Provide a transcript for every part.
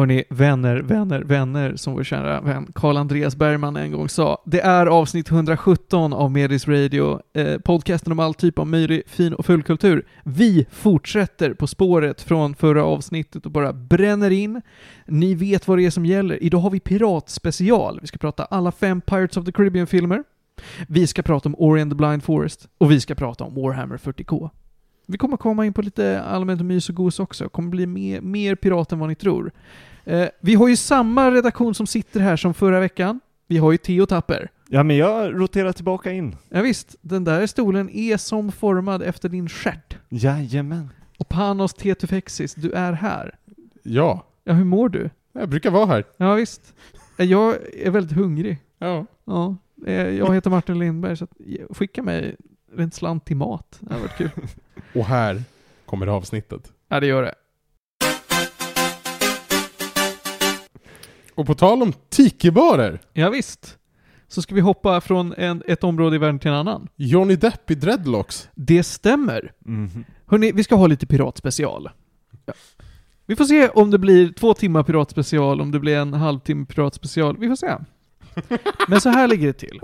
Hörrni, vänner, som vår kära vän Carl-Andreas Bergman en gång sa. Det är avsnitt 117 av Medis Radio, podcasten om all typ av möjlig, fin och fullkultur. Vi fortsätter på spåret från förra avsnittet och bara bränner in. Ni vet vad det är som gäller. Idag har vi piratspecial. Vi ska prata alla 5 Pirates of the Caribbean-filmer. Vi ska prata om Ori and the Blind Forest. Och vi ska prata om Warhammer 40K. Vi kommer komma in på lite allmänt mys och gos också. Det kommer bli mer pirat än vad ni tror. Vi har ju samma redaktion som sitter här som förra veckan. Vi har ju Theo Tapper. Ja, men jag roterar tillbaka in. Ja visst, den där stolen är som formad efter din stjärt. Jajamän. Och Panos Tetufexis, du är här. Ja. Ja, hur mår du? Jag brukar vara här. Ja visst. Jag är väldigt hungrig. Ja. Ja. Jag heter Martin Lindberg, så skicka mig en slant till mat. Det har varit kul. Och här kommer det avsnittet. Ja, det gör det. Och på tal om tikibarer. Ja visst. Så ska vi hoppa från ett område i världen till en annan. Johnny Depp i dreadlocks. Det stämmer. Mm-hmm. Hörrni, vi ska ha lite piratspecial. Ja. Vi får se om det blir 2 timmar piratspecial, om det blir en halvtimme piratspecial. Vi får se. Men så här ligger det till.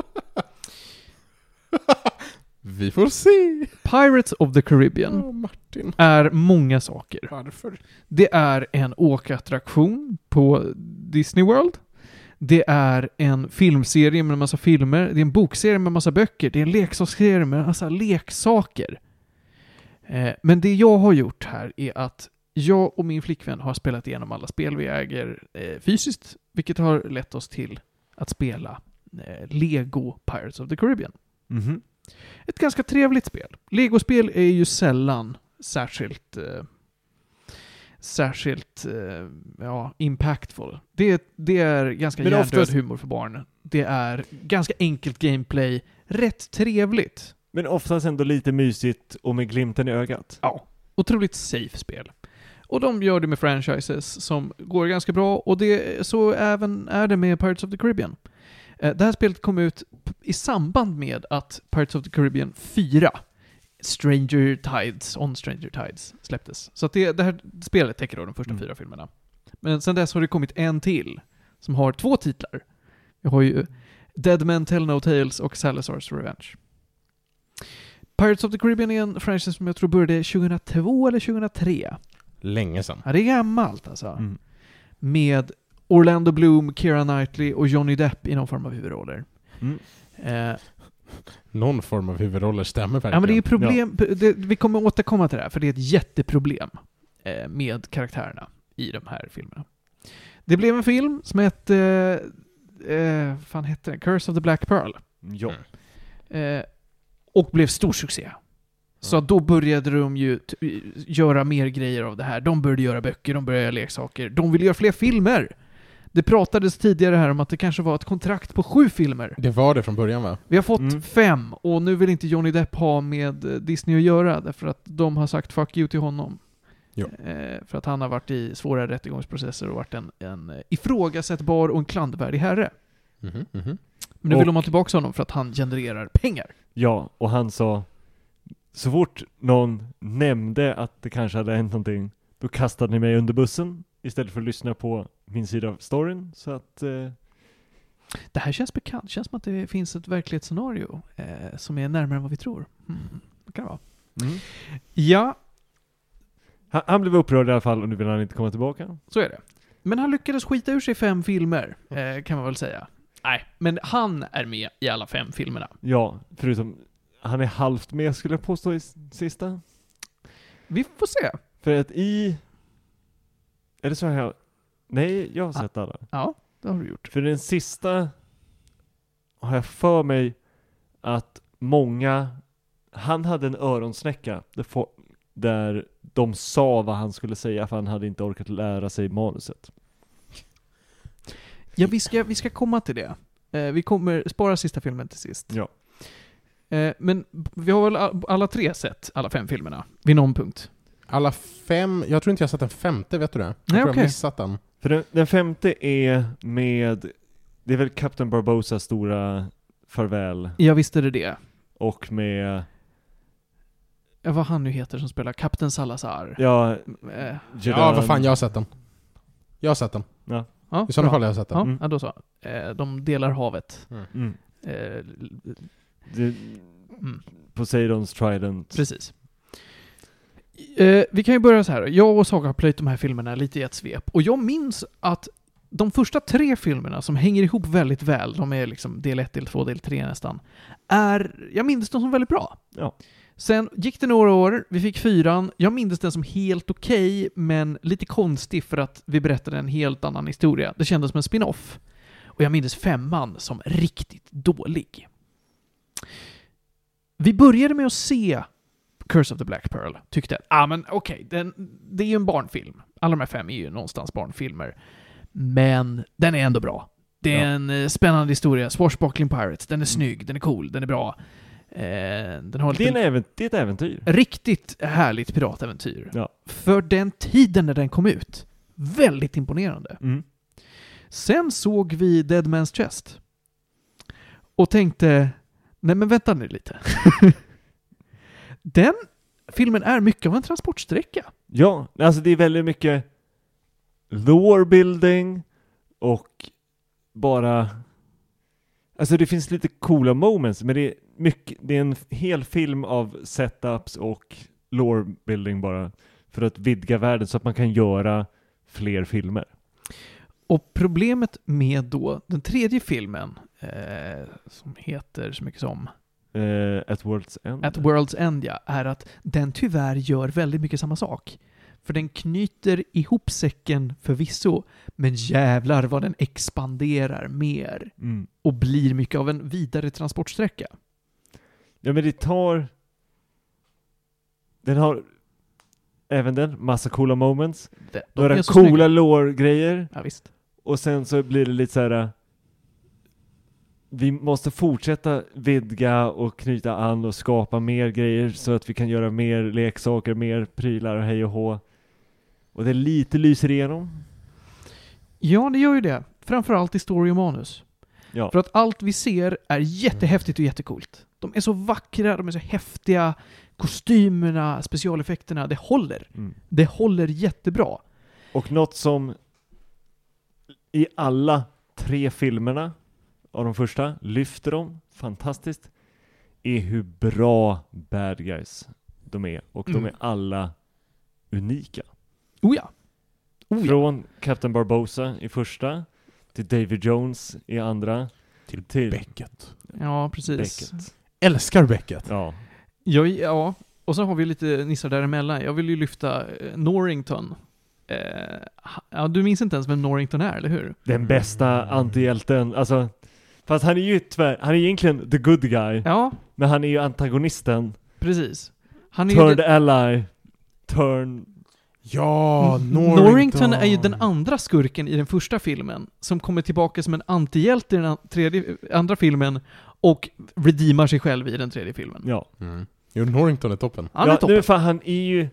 Vi får se. Pirates of the Caribbean Martin. är många saker. Varför? Det är en åkattraktion på Disney World. Det är en filmserie med en massa filmer. Det är en bokserie med en massa böcker. Det är en leksaksserie med en massa leksaker. Men det jag har gjort här är att jag och min flickvän har spelat igenom alla spel vi äger fysiskt, vilket har lett oss till att spela Lego Pirates of the Caribbean. Mm-hmm. Ett ganska trevligt spel. Lego-spel är ju sällan särskilt impactful. Det är ganska hjärndöd humor för barn. Det är ganska enkelt gameplay, rätt trevligt. Men oftast ändå lite mysigt och med glimten i ögat. Ja, otroligt safe spel. Och de gör det med franchises som går ganska bra, och så även är det med Pirates of the Caribbean. Det här spelet kom ut i samband med att Pirates of the Caribbean 4 Stranger Tides släpptes. Så att det här spelet täcker då de första 4 filmerna. Men sen dess har det kommit en till som har 2 titlar. Vi har ju Dead Men Tell No Tales och Salazar's Revenge. Pirates of the Caribbean är en franchise som jag tror började 2002 eller 2003. Länge sedan. Ja, det är gammalt alltså. Med Orlando Bloom, Keira Knightley och Johnny Depp i någon form av huvudroller. Någon form av huvudroller stämmer verkligen. Ja, men det är problem. Ja. Vi kommer återkomma till det här, för det är ett jätteproblem med karaktärerna i de här filmerna. Det blev en film som hette fan hette den? Curse of the Black Pearl. Ja. Och blev stor succé. Så då började de ju göra mer grejer av det här. De började göra böcker, de började göra leksaker. De ville göra fler filmer. Det pratades tidigare här om att det kanske var ett kontrakt på 7 filmer. Det var det från början, va? Vi har fått 5, och nu vill inte Johnny Depp ha med Disney att göra, därför att de har sagt fuck you till honom. Jo. För att han har varit i svåra rättegångsprocesser och varit en ifrågasättbar och en klandervärdig herre. Men nu vill de ha tillbaka honom för att han genererar pengar. Ja, och han sa, så fort någon nämnde att det kanske hade hänt någonting, då kastade ni mig under bussen istället för att lyssna på min sida av storyn. Så att det här känns bekant. Det känns som att det finns ett verklighetsscenario som är närmare än vad vi tror. Det kan det vara. Ja. Han blev upprörd i alla fall, och nu vill han inte komma tillbaka. Så är det. Men han lyckades skita ur sig 5 filmer, kan man väl säga. Nej, men han är med i alla 5 filmerna. Ja, förutom han är halvt med, skulle jag påstå, i sista. Vi får se. För att är det så här? Nej, jag har sett alla. Ja, det har du gjort. För den sista har jag för mig att han hade en öronsnäcka där de sa vad han skulle säga, för han hade inte orkat lära sig manuset. Ja, vi ska komma till det. Vi kommer spara sista filmen till sist. Ja. Men vi har väl alla 3 sett alla 5 filmerna vid någon punkt. Alla 5, jag tror inte jag har sett den 5:e, vet du det? Jag tror jag missat den. För den 5:e är med, det är väl Captain Barbosas stora farväl. Ja, visst är det. Och med vad han nu heter som spelar Kapten Salazar. Ja, ja, vad fan, jag har sett den. Jag har sett den. Ja. Ja, I sådana bra. fall har jag sett den. Ja, ja, då så. De delar havet. Mm. Eh, Det, Poseidons Trident. Precis. Vi kan ju börja så här. Jag och Saga har plöjt de här filmerna lite i ett svep. Och jag minns att de första 3 filmerna som hänger ihop väldigt väl, de är liksom del 1, del 2, del 3 nästan, jag minns dem som väldigt bra. Ja. Sen gick det några år, vi fick 4. Jag minns den som helt okej, men lite konstig för att vi berättade en helt annan historia. Det kändes som en spin-off. Och jag minns 5 som riktigt dålig. Vi började med att se Curse of the Black Pearl. Tyckte att, men okej, det är ju en barnfilm. Alla de här 5 är ju någonstans barnfilmer. Men den är ändå bra. Det är en spännande historia. Swashbuckling Pirates. Den är snygg, den är cool, den är bra. Den har Det är ett äventyr. Riktigt härligt piratäventyr. Ja. För den tiden när den kom ut. Väldigt imponerande. Mm. Sen såg vi Dead Man's Chest. Och tänkte, nej men vänta nu lite. Den filmen är mycket av en transportsträcka. Ja, alltså det är väldigt mycket lore building och bara... Alltså det finns lite coola moments, men det är en hel film av setups och lore building bara för att vidga världen så att man kan göra fler filmer. Och problemet med då den 3:e filmen som heter så mycket som At World's End. At World's End, ja, är att den tyvärr gör väldigt mycket samma sak. För den knyter ihop säcken förvisso, men jävlar vad den expanderar mer och blir mycket av en vidare transportsträcka. Ja, men den har även den massa coola moments. Några coola lore-grejer. Ja, visst. Och sen så blir det lite så här. Vi måste fortsätta vidga och knyta an och skapa mer grejer så att vi kan göra mer leksaker, mer prylar och hej och hå. Och det är lite lyser igenom. Ja, det gör ju det. Framförallt i story och manus. Ja. För att allt vi ser är jättehäftigt och jättecoolt. De är så vackra, de är så häftiga. Kostymerna, specialeffekterna, det håller. Det håller jättebra. Och något som i alla 3 filmerna av de första lyfter dem fantastiskt är hur bra bad guys de är. Och de är alla unika. Oh ja. Från Captain Barbossa i första till Davy Jones i andra till Beckett. Ja, precis. Beckett. Älskar Beckett. Ja. Ja. Och så har vi lite nissar däremellan. Jag vill ju lyfta Norrington. Ja, du minns inte ens vem Norrington är, eller hur? Den bästa antihjälten. Alltså, fast han är ju han är egentligen the good guy. Ja. Men han är ju antagonisten. Precis. Han är Turned ally. Ja, Norrington är ju den andra skurken i den första filmen som kommer tillbaka som en antihjälte i den andra filmen och redeemar sig själv i den 3:e filmen. Ja. Jo, Norrington är toppen. Han är toppen. Nu fan, han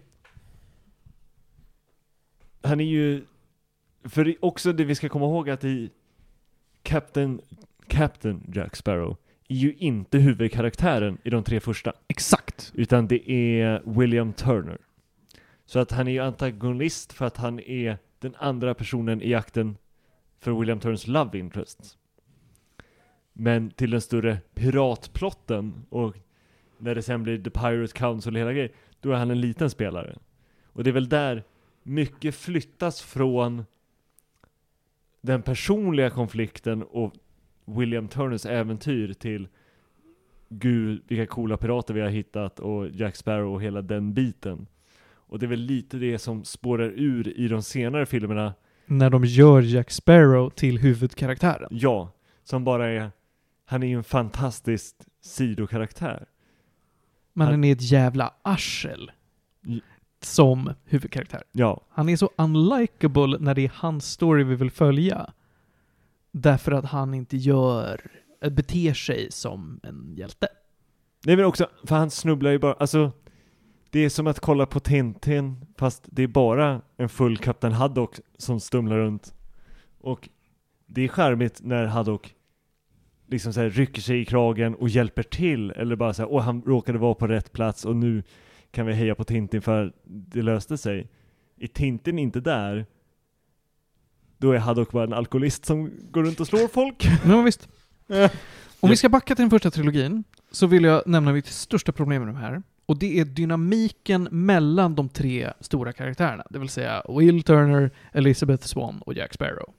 är ju för också det vi ska komma ihåg att i Captain Jack Sparrow är ju inte huvudkaraktären i de 3 första. Exakt. Utan det är William Turner. Så att han är ju antagonist för att han är den andra personen i jakten för William Turners love interest. Men till den större piratplotten och när det sen blir The Pirate Council och hela grejen, då är han en liten spelare. Och det är väl där mycket flyttas från den personliga konflikten och William Turners äventyr till gud, vilka coola pirater vi har hittat och Jack Sparrow och hela den biten. Och det är väl lite det som spårar ur i de senare filmerna. När de gör Jack Sparrow till huvudkaraktären. Ja, som bara han är ju en fantastisk sidokaraktär. Men han är ett jävla arsel som huvudkaraktär. Ja. Han är så unlikable när det är hans story vi vill följa. Därför att han inte beter sig som en hjälte. Nej, men också, för han snubblar ju bara, alltså det är som att kolla på Tintin fast det är bara en full Kapten Haddock som stumlar runt. Och det är charmigt när Haddock liksom så här rycker sig i kragen och hjälper till, eller bara så här, han råkade vara på rätt plats och nu kan vi heja på Tintin för det löste sig. I Tintin inte där, då är Haddock bara en alkoholist som går runt och slår folk. Ja, visst. Om vi ska backa till den första trilogin så vill jag nämna mitt största problem med de här. Och det är dynamiken mellan de 3 stora karaktärerna. Det vill säga Will Turner, Elizabeth Swann och Jack Sparrow.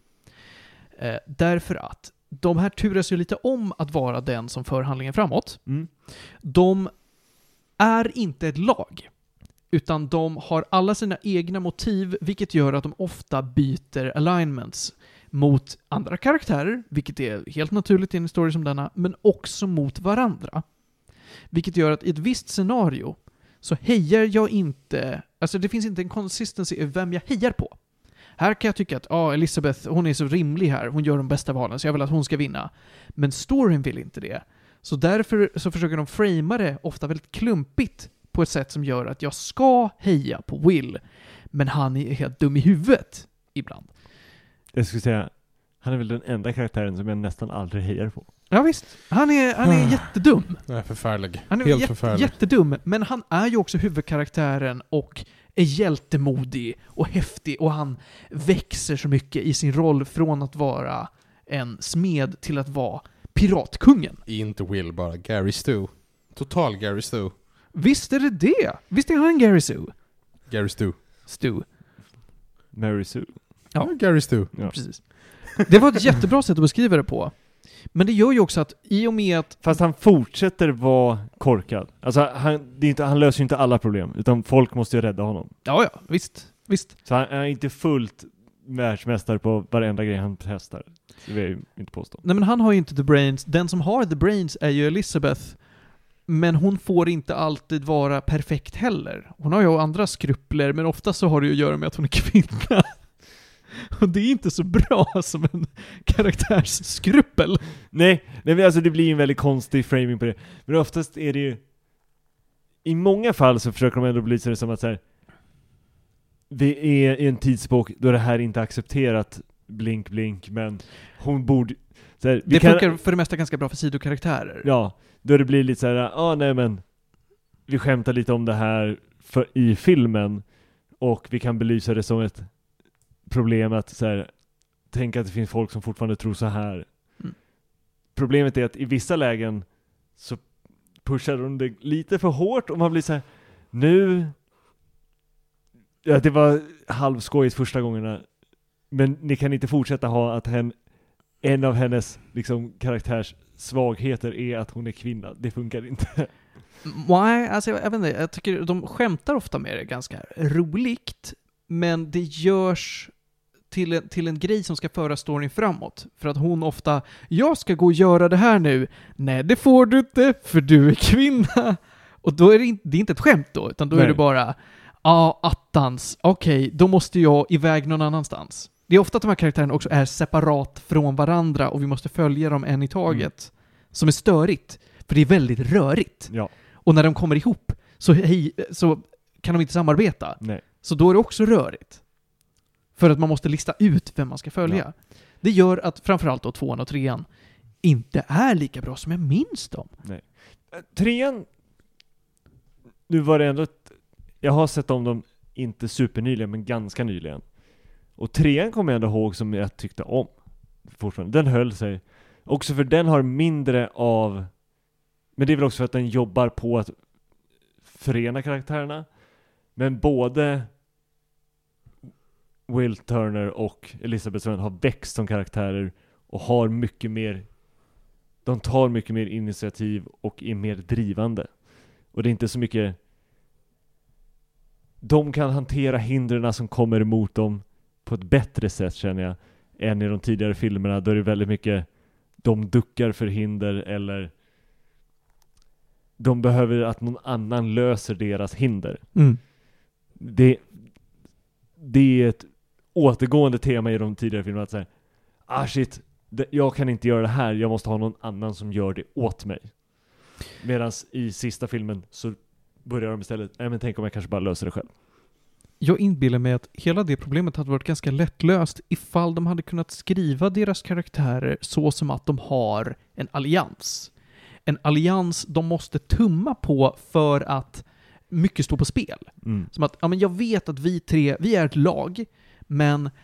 Därför att de här turas ju lite om att vara den som för handlingen framåt. Mm. De är inte ett lag. Utan de har alla sina egna motiv, vilket gör att de ofta byter alignments mot andra karaktärer, vilket är helt naturligt i en story som denna, men också mot varandra. Vilket gör att i ett visst scenario så hejar jag inte, alltså det finns inte en consistency i vem jag hejar på. Här kan jag tycka att Elizabeth, hon är så rimlig här, hon gör de bästa valen, så jag vill att hon ska vinna. Men storyn vill inte det. Så därför så försöker de framea det ofta väldigt klumpigt på ett sätt som gör att jag ska heja på Will, men han är helt dum i huvudet ibland. Jag skulle säga, han är väl den enda karaktären som jag nästan aldrig hejar på. Ja visst, han är jättedum. Det är förfärlig. Han är Helt förfärlig. jättedum, men han är ju också huvudkaraktären och är hjältemodig och häftig, och han växer så mycket i sin roll från att vara en smed till att vara piratkungen. Inte Will, bara Gary Stu. Total Gary Stu. Visst är det? Visst är han Gary Stu? Gary Stu. Stu. Mary Sue. Ja. Gary Stu. Ja. Precis. Det var ett jättebra sätt att beskriva det på. Men det gör ju också att i och med att... Fast han fortsätter vara korkad. Alltså han löser ju inte alla problem, utan folk måste ju rädda honom. Ja, visst. Så han är inte fullt världsmästare på varenda grej han testar. Det vill jag ju inte påstå. Nej, men han har ju inte the brains. Den som har the brains är ju Elizabeth. Men hon får inte alltid vara perfekt heller. Hon har ju andra skrupler, men ofta så har det ju att göra med att hon är kvinna. Och det är inte så bra som en karaktärsskruppel. Nej, men alltså det blir ju en väldigt konstig framing på det. Men oftast är det ju... I många fall så försöker de ändå belysa det som att så här, vi är i en tidsbok då det här inte är accepterat, blink blink, men hon borde... Så här, det funkar för det mesta ganska bra för sidokaraktärer. Ja, då det blir lite så här, nej men vi skämtar lite om det här i filmen, och vi kan belysa det som ett problem att så här, tänka att det finns folk som fortfarande tror så här. Mm. Problemet är att i vissa lägen så pushar de det lite för hårt, och man blir så här, nu... Ja, det var halvskojigt första gångerna, men ni kan inte fortsätta ha att en av hennes liksom karaktärs svagheter är att hon är kvinna. Det funkar inte. Nej, alltså jag vet inte. Jag tycker de skämtar ofta med det ganska roligt, men det görs till en grej som ska föra storyn framåt. För att hon ofta, jag ska gå och göra det här nu. Nej, det får du inte, för du är kvinna. Och då är det är inte ett skämt då, utan då är det bara, attans, okej, då måste jag iväg någon annanstans. Det är ofta att de här karaktärerna också är separat från varandra och vi måste följa dem en i taget. Som är störigt, för det är väldigt rörigt. Ja. Och när de kommer ihop så kan de inte samarbeta. Nej. Så då är det också rörigt. För att man måste lista ut vem man ska följa. Ja. Det gör att framförallt då 2:an och 3:an inte är lika bra som jag minns dem. Nej. 3:an, nu var det ändå jag har sett om dem inte supernyligen, men ganska nyligen. Och 3:an kommer jag ändå ihåg som jag tyckte om. Fortfarande. Den höll sig. Också för den har mindre av... Men det är väl också för att den jobbar på att förena karaktärerna. Men både Will Turner och Elizabeth Swann har växt som karaktärer och har mycket mer... De tar mycket mer initiativ och är mer drivande. Och det är inte så mycket... De kan hantera hindren som kommer emot dem på ett bättre sätt, känner jag, än i de tidigare filmerna. Då är det väldigt mycket de duckar för hinder, eller de behöver att någon annan löser deras hinder. Mm. Det är ett återgående tema i de tidigare filmerna, att säga, jag kan inte göra det här, jag måste ha någon annan som gör det åt mig. Medan i sista filmen så börjar de istället, men tänk om jag kanske bara löser det själv. Jag inbillar mig att hela det problemet hade varit ganska lättlöst ifall de hade kunnat skriva deras karaktärer så som att de har en allians. En allians de måste tumma på för att mycket står på spel. Som att, jag vet att vi tre, vi är ett lag, men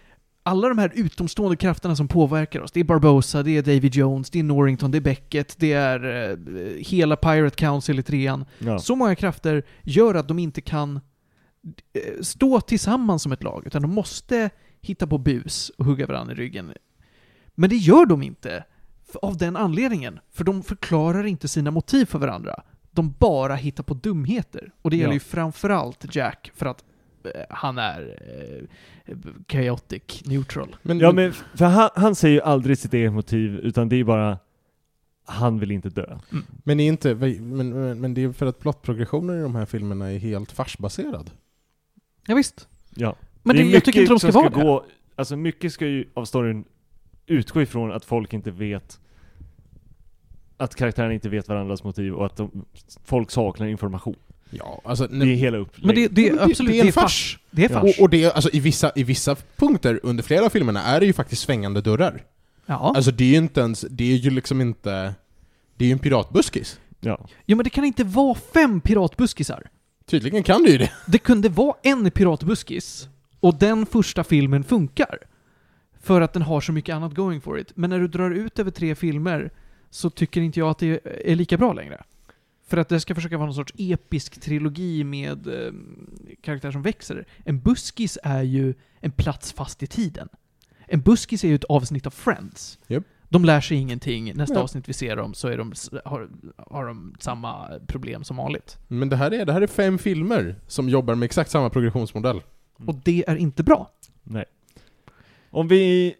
alla de här utomstående krafterna som påverkar oss, det är Barbossa, det är Davy Jones, det är Norrington, det är Beckett, det är hela Pirate Council i 3:an. Ja. Så många krafter gör att de inte kan stå tillsammans som ett lag, utan de måste hitta på bus och hugga varandra i ryggen. Men det gör de inte av den anledningen, för de förklarar inte sina motiv för varandra. De bara hittar på dumheter. Och det gäller ju framförallt Jack, för att han är chaotic neutral. Men för han säger ju aldrig sitt eget motiv, utan det är bara han vill inte dö. Mm. Men det är för att plottprogressionen i de här filmerna är helt farsbaserad. Ja, visst. Ja. Men det är jag tycker inte de ska vara det. Alltså mycket ska ju av storyn utgå ifrån att folk inte vet, att karaktärerna inte vet varandras motiv och att folk saknar information. Ja, alltså det är hela men det är absolut det är en fars. Det är fars. Och det, alltså, i vissa punkter under flera av filmerna är det ju faktiskt svängande dörrar. Ja. Alltså det är ju inte ens, det är ju liksom inte, det är ju en piratbuskis. Ja. Jo, men det kan inte vara 5 piratbuskisar. Tydligen kan det ju det. Det kunde vara en piratbuskis och den första filmen funkar. För att den har så mycket annat going for it. Men när du drar ut över 3 filmer så tycker inte jag att det är lika bra längre. För att det ska försöka vara någon sorts episk trilogi med karaktärer som växer. En buskis är ju en plats fast i tiden. En buskis är ju ett avsnitt av Friends. Yep. De lär sig ingenting. Nästa avsnitt vi ser dem så är har de samma problem som vanligt. Men det här är 5 filmer som jobbar med exakt samma progressionsmodell. Och det är inte bra. Nej. Om vi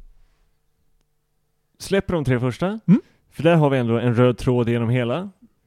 släpper de 3 första, för där har vi ändå en röd tråd genom hela.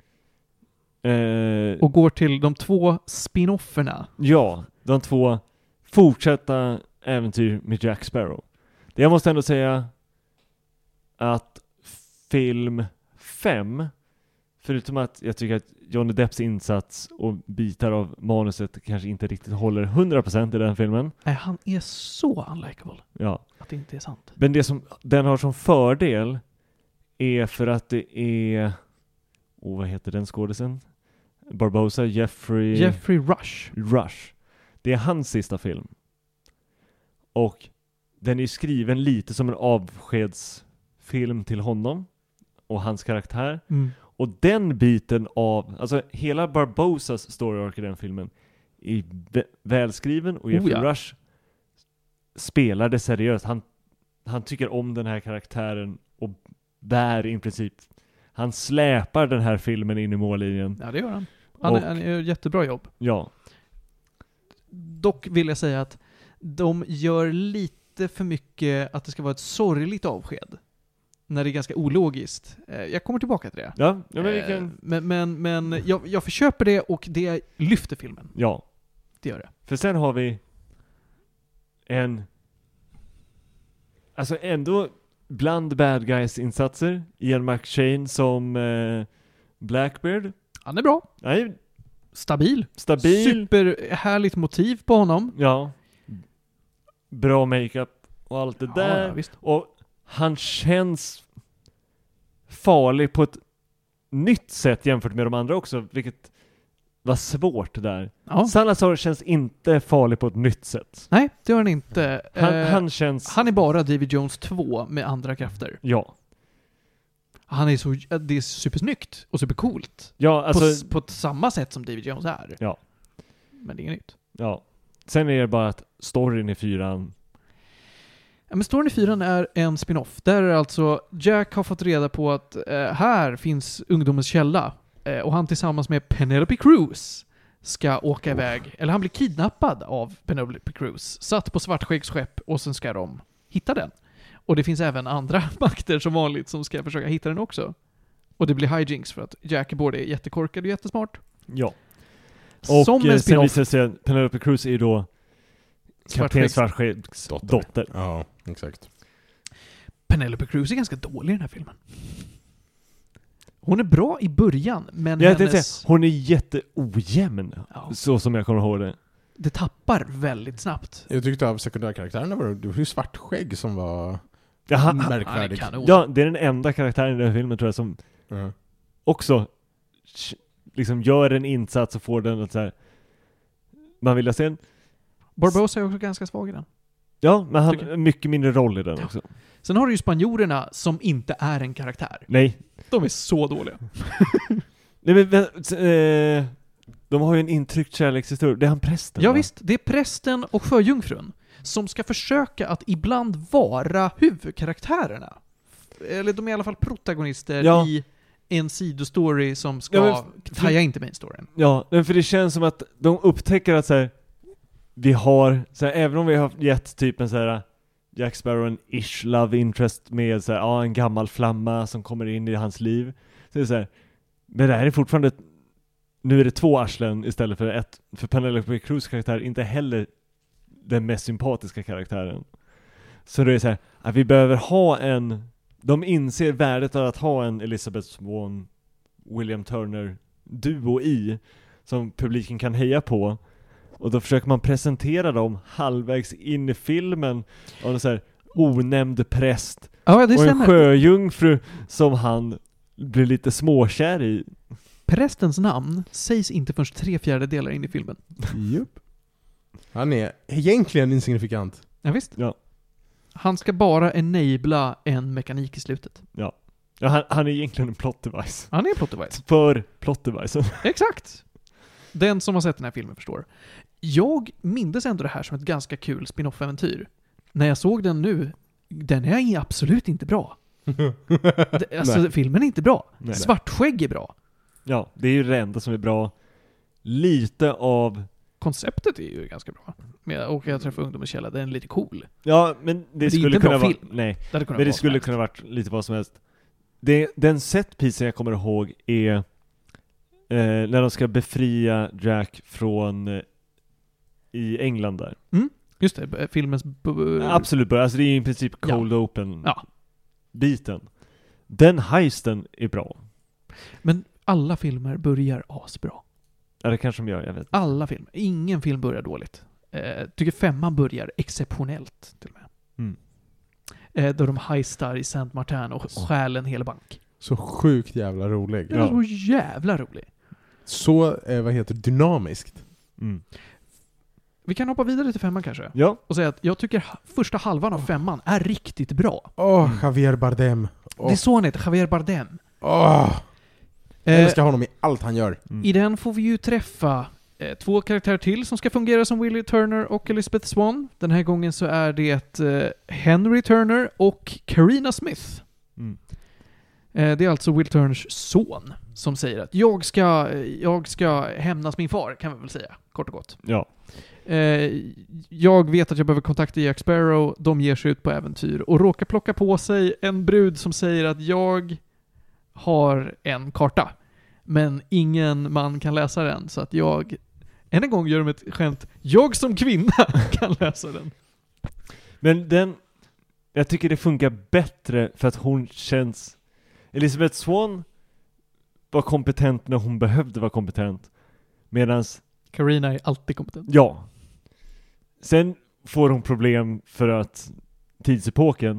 Och går till de 2 spin-offerna. Ja, de 2 fortsätta äventyr med Jack Sparrow. Det jag måste ändå säga att film 5, förutom att jag tycker att Johnny Depps insats och bitar av manuset kanske inte riktigt håller 100% i den filmen. Nej, han är så unlikable. Ja. Att det inte är sant. Men det som den har som fördel är för att det är vad heter den skådisen? Barbossa, Jeffrey Rush. Det är hans sista film. Och den är skriven lite som en avskedsfilm till honom och hans karaktär. Och den biten av, alltså hela Barbossas story arc i den filmen är välskriven och Jeffrey Rush spelar det seriöst. Han tycker om den här karaktären och bär i princip, han släpar den här filmen in i mållinjen. Ja, det gör han. Han gör jättebra jobb. Ja. Dock vill jag säga att de gör lite för mycket att det ska vara ett sorgligt avsked. När det är ganska ologiskt. Jag kommer tillbaka till det. Ja, men vi kan... Men jag försköper det och det lyfter filmen. Ja. Det gör det. För sen har vi alltså ändå bland bad guys insatser. Ian McShane som Blackbeard. Han är bra. Nej. Stabil. Superhärligt motiv på honom. Ja. Bra makeup och allt det där. Ja, visst. Och han känns farlig på ett nytt sätt jämfört med de andra också, vilket var svårt där. Ja. Salazar känns inte farlig på ett nytt sätt. Nej, det gör han inte. Han är bara Davy Jones 2 med andra krafter. Ja. Det är supersnyggt och supercoolt. Ja, alltså på samma sätt som Davy Jones är. Ja. Men det är inget nytt. Ja. Sen är det bara att storyn i 4:an. Ja, men storyn i 4:an är en spin-off. Där är alltså Jack har fått reda på att här finns ungdomens källa. Och han tillsammans med Penelope Cruz ska åka iväg. Eller han blir kidnappad av Penelope Cruz. Satt på svartskäggsskepp och sen ska de hitta den. Och det finns även andra makter som vanligt som ska försöka hitta den också. Och det blir hijinks för att Jack både är jättekorkad och jättesmart. Ja. Och som en sen visar det sig att Penelope Cruz är ju då Kapten Svartskeggs dotter. Ja, exakt. Penelope Cruz är ganska dålig i den här filmen. Hon är bra i början, men hon är jätteojämn. Ja. Så som jag kommer ihåg det. Det tappar väldigt snabbt. Jag tyckte av sekundärkaraktärerna var det Svartskägg som var märkvärdig. Ja, det är den enda karaktären i den här filmen tror jag som också liksom gör en insats och får den att så här, man vill se den. Barbossa är också ganska svag i den. Ja, men han har mycket mindre roll i den också. Sen har du ju spanjorerna som inte är en karaktär. Nej. De är så dåliga. Nej men, de har ju en intryckt kärlekshistoria. Det är han prästen. Ja va? visst, det är prästen och sjöjungfrun som ska försöka att ibland vara huvudkaraktärerna. Eller de är i alla fall protagonister i en sidostory som ska taja in till main storyn. Ja, för det känns som att de upptäcker att så här, vi har, så här, även om vi har gett typ en så här Jack Sparrow en ish love interest med så här, en gammal flamma som kommer in i hans liv. Så det är så här, men det här är fortfarande nu är det 2 arslen istället för ett, för Penelope Cruz karaktär inte heller den mest sympatiska karaktären. Så det är så här, att vi behöver ha de inser värdet av att ha en Elizabeth Swann, William Turner duo som publiken kan heja på. Och då försöker man presentera dem halvvägs in i filmen av en så här onämnd präst Ja, det och stämmer. en sjöjungfru som han blir lite småkär i. Prästens namn sägs inte först 3/4 in i filmen. Jupp. Han är egentligen insignifikant. Ja, visst. Ja. Han ska bara enabla en mekanik i slutet. Ja, han är egentligen en plot device. Han är en plot device. För plot device. Exakt. Den som har sett den här filmen förstår. Jag minns ändå det här som ett ganska kul spin-off-äventyr. När jag såg den nu, den är absolut inte bra. Filmen är inte bra. Nej. Svartskägg är bra. Ja, det är ju det enda som är bra. Lite av... Konceptet är ju ganska bra. Med och jag träffar ungdom i källa, den är lite cool. Ja, men det skulle inte en kunna bra vara... film. Nej, Det hade kunnat men det vara skulle som kunna varit lite vad som helst. Den setpicen jag kommer ihåg är när de ska befria Jack från i England där. Just det, filmens... Absolut, alltså det är i princip cold open biten. Den heisten är bra. Men alla filmer börjar asbra. Ja, det kanske de gör, jag vet. Alla filmer. Ingen film börjar dåligt. Tycker 5 börjar exceptionellt till och med. Då de heistar i Saint Martin och stjäl en hel bank. Så sjukt jävla rolig. Den är så jävla rolig. Så, dynamiskt. Mm. Vi kan hoppa vidare till 5 kanske. Ja. Och säga att jag tycker första halvan av 5 är riktigt bra. Javier Bardem. Det är så han heter, Javier Bardem. Jag älskar honom i allt han gör. I den får vi ju träffa 2 karaktärer till som ska fungera som Willie Turner och Elizabeth Swann. Den här gången så är det Henry Turner och Karina Smith. Det är alltså Will Turners son som säger att jag ska hämnas min far, kan vi väl säga, kort och gott. Ja. Jag vet att jag behöver kontakta Jack Sparrow. De ger sig ut på äventyr och råkar plocka på sig en brud som säger att jag har en karta, men ingen man kan läsa den, så att jag en gång gör de ett skämt, jag som kvinna kan läsa den. Men jag tycker det funkar bättre för att hon känns... Elizabeth Swann var kompetent när hon behövde vara kompetent, medans Karina är alltid kompetent. Ja. Sen får hon problem för att tidsepoken.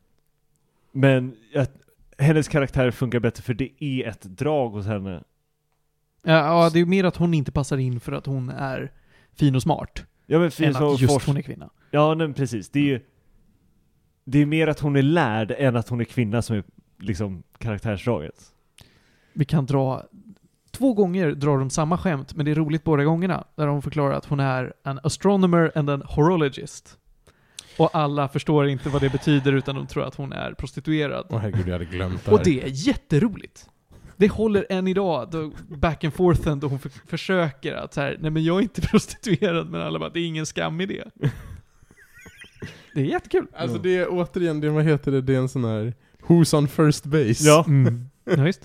Men hennes karaktär funkar bättre för det är ett drag hos henne. Ja, det är mer att hon inte passar in för att hon är fin och smart. Ja, men fin än att just hon är kvinna. Ja, men precis. Det är mer att hon är lärd än att hon är kvinna som är liksom karaktärsdraget. Vi kan 2 gånger drar de samma skämt, men det är roligt båda gångerna, där de förklarar att hon är en astronomer and an horologist. Och alla förstår inte vad det betyder, utan de tror att hon är prostituerad. Herregud, jag hade glömt det här. här. Och det är jätteroligt. Det håller än idag, då back and forthen, då hon försöker att så här, nej men jag är inte prostituerad, men alla bara, det är ingen skam i det. Det är jättekul. Alltså det är återigen, det är en sån här Who's on first base? Ja. Ja, visst.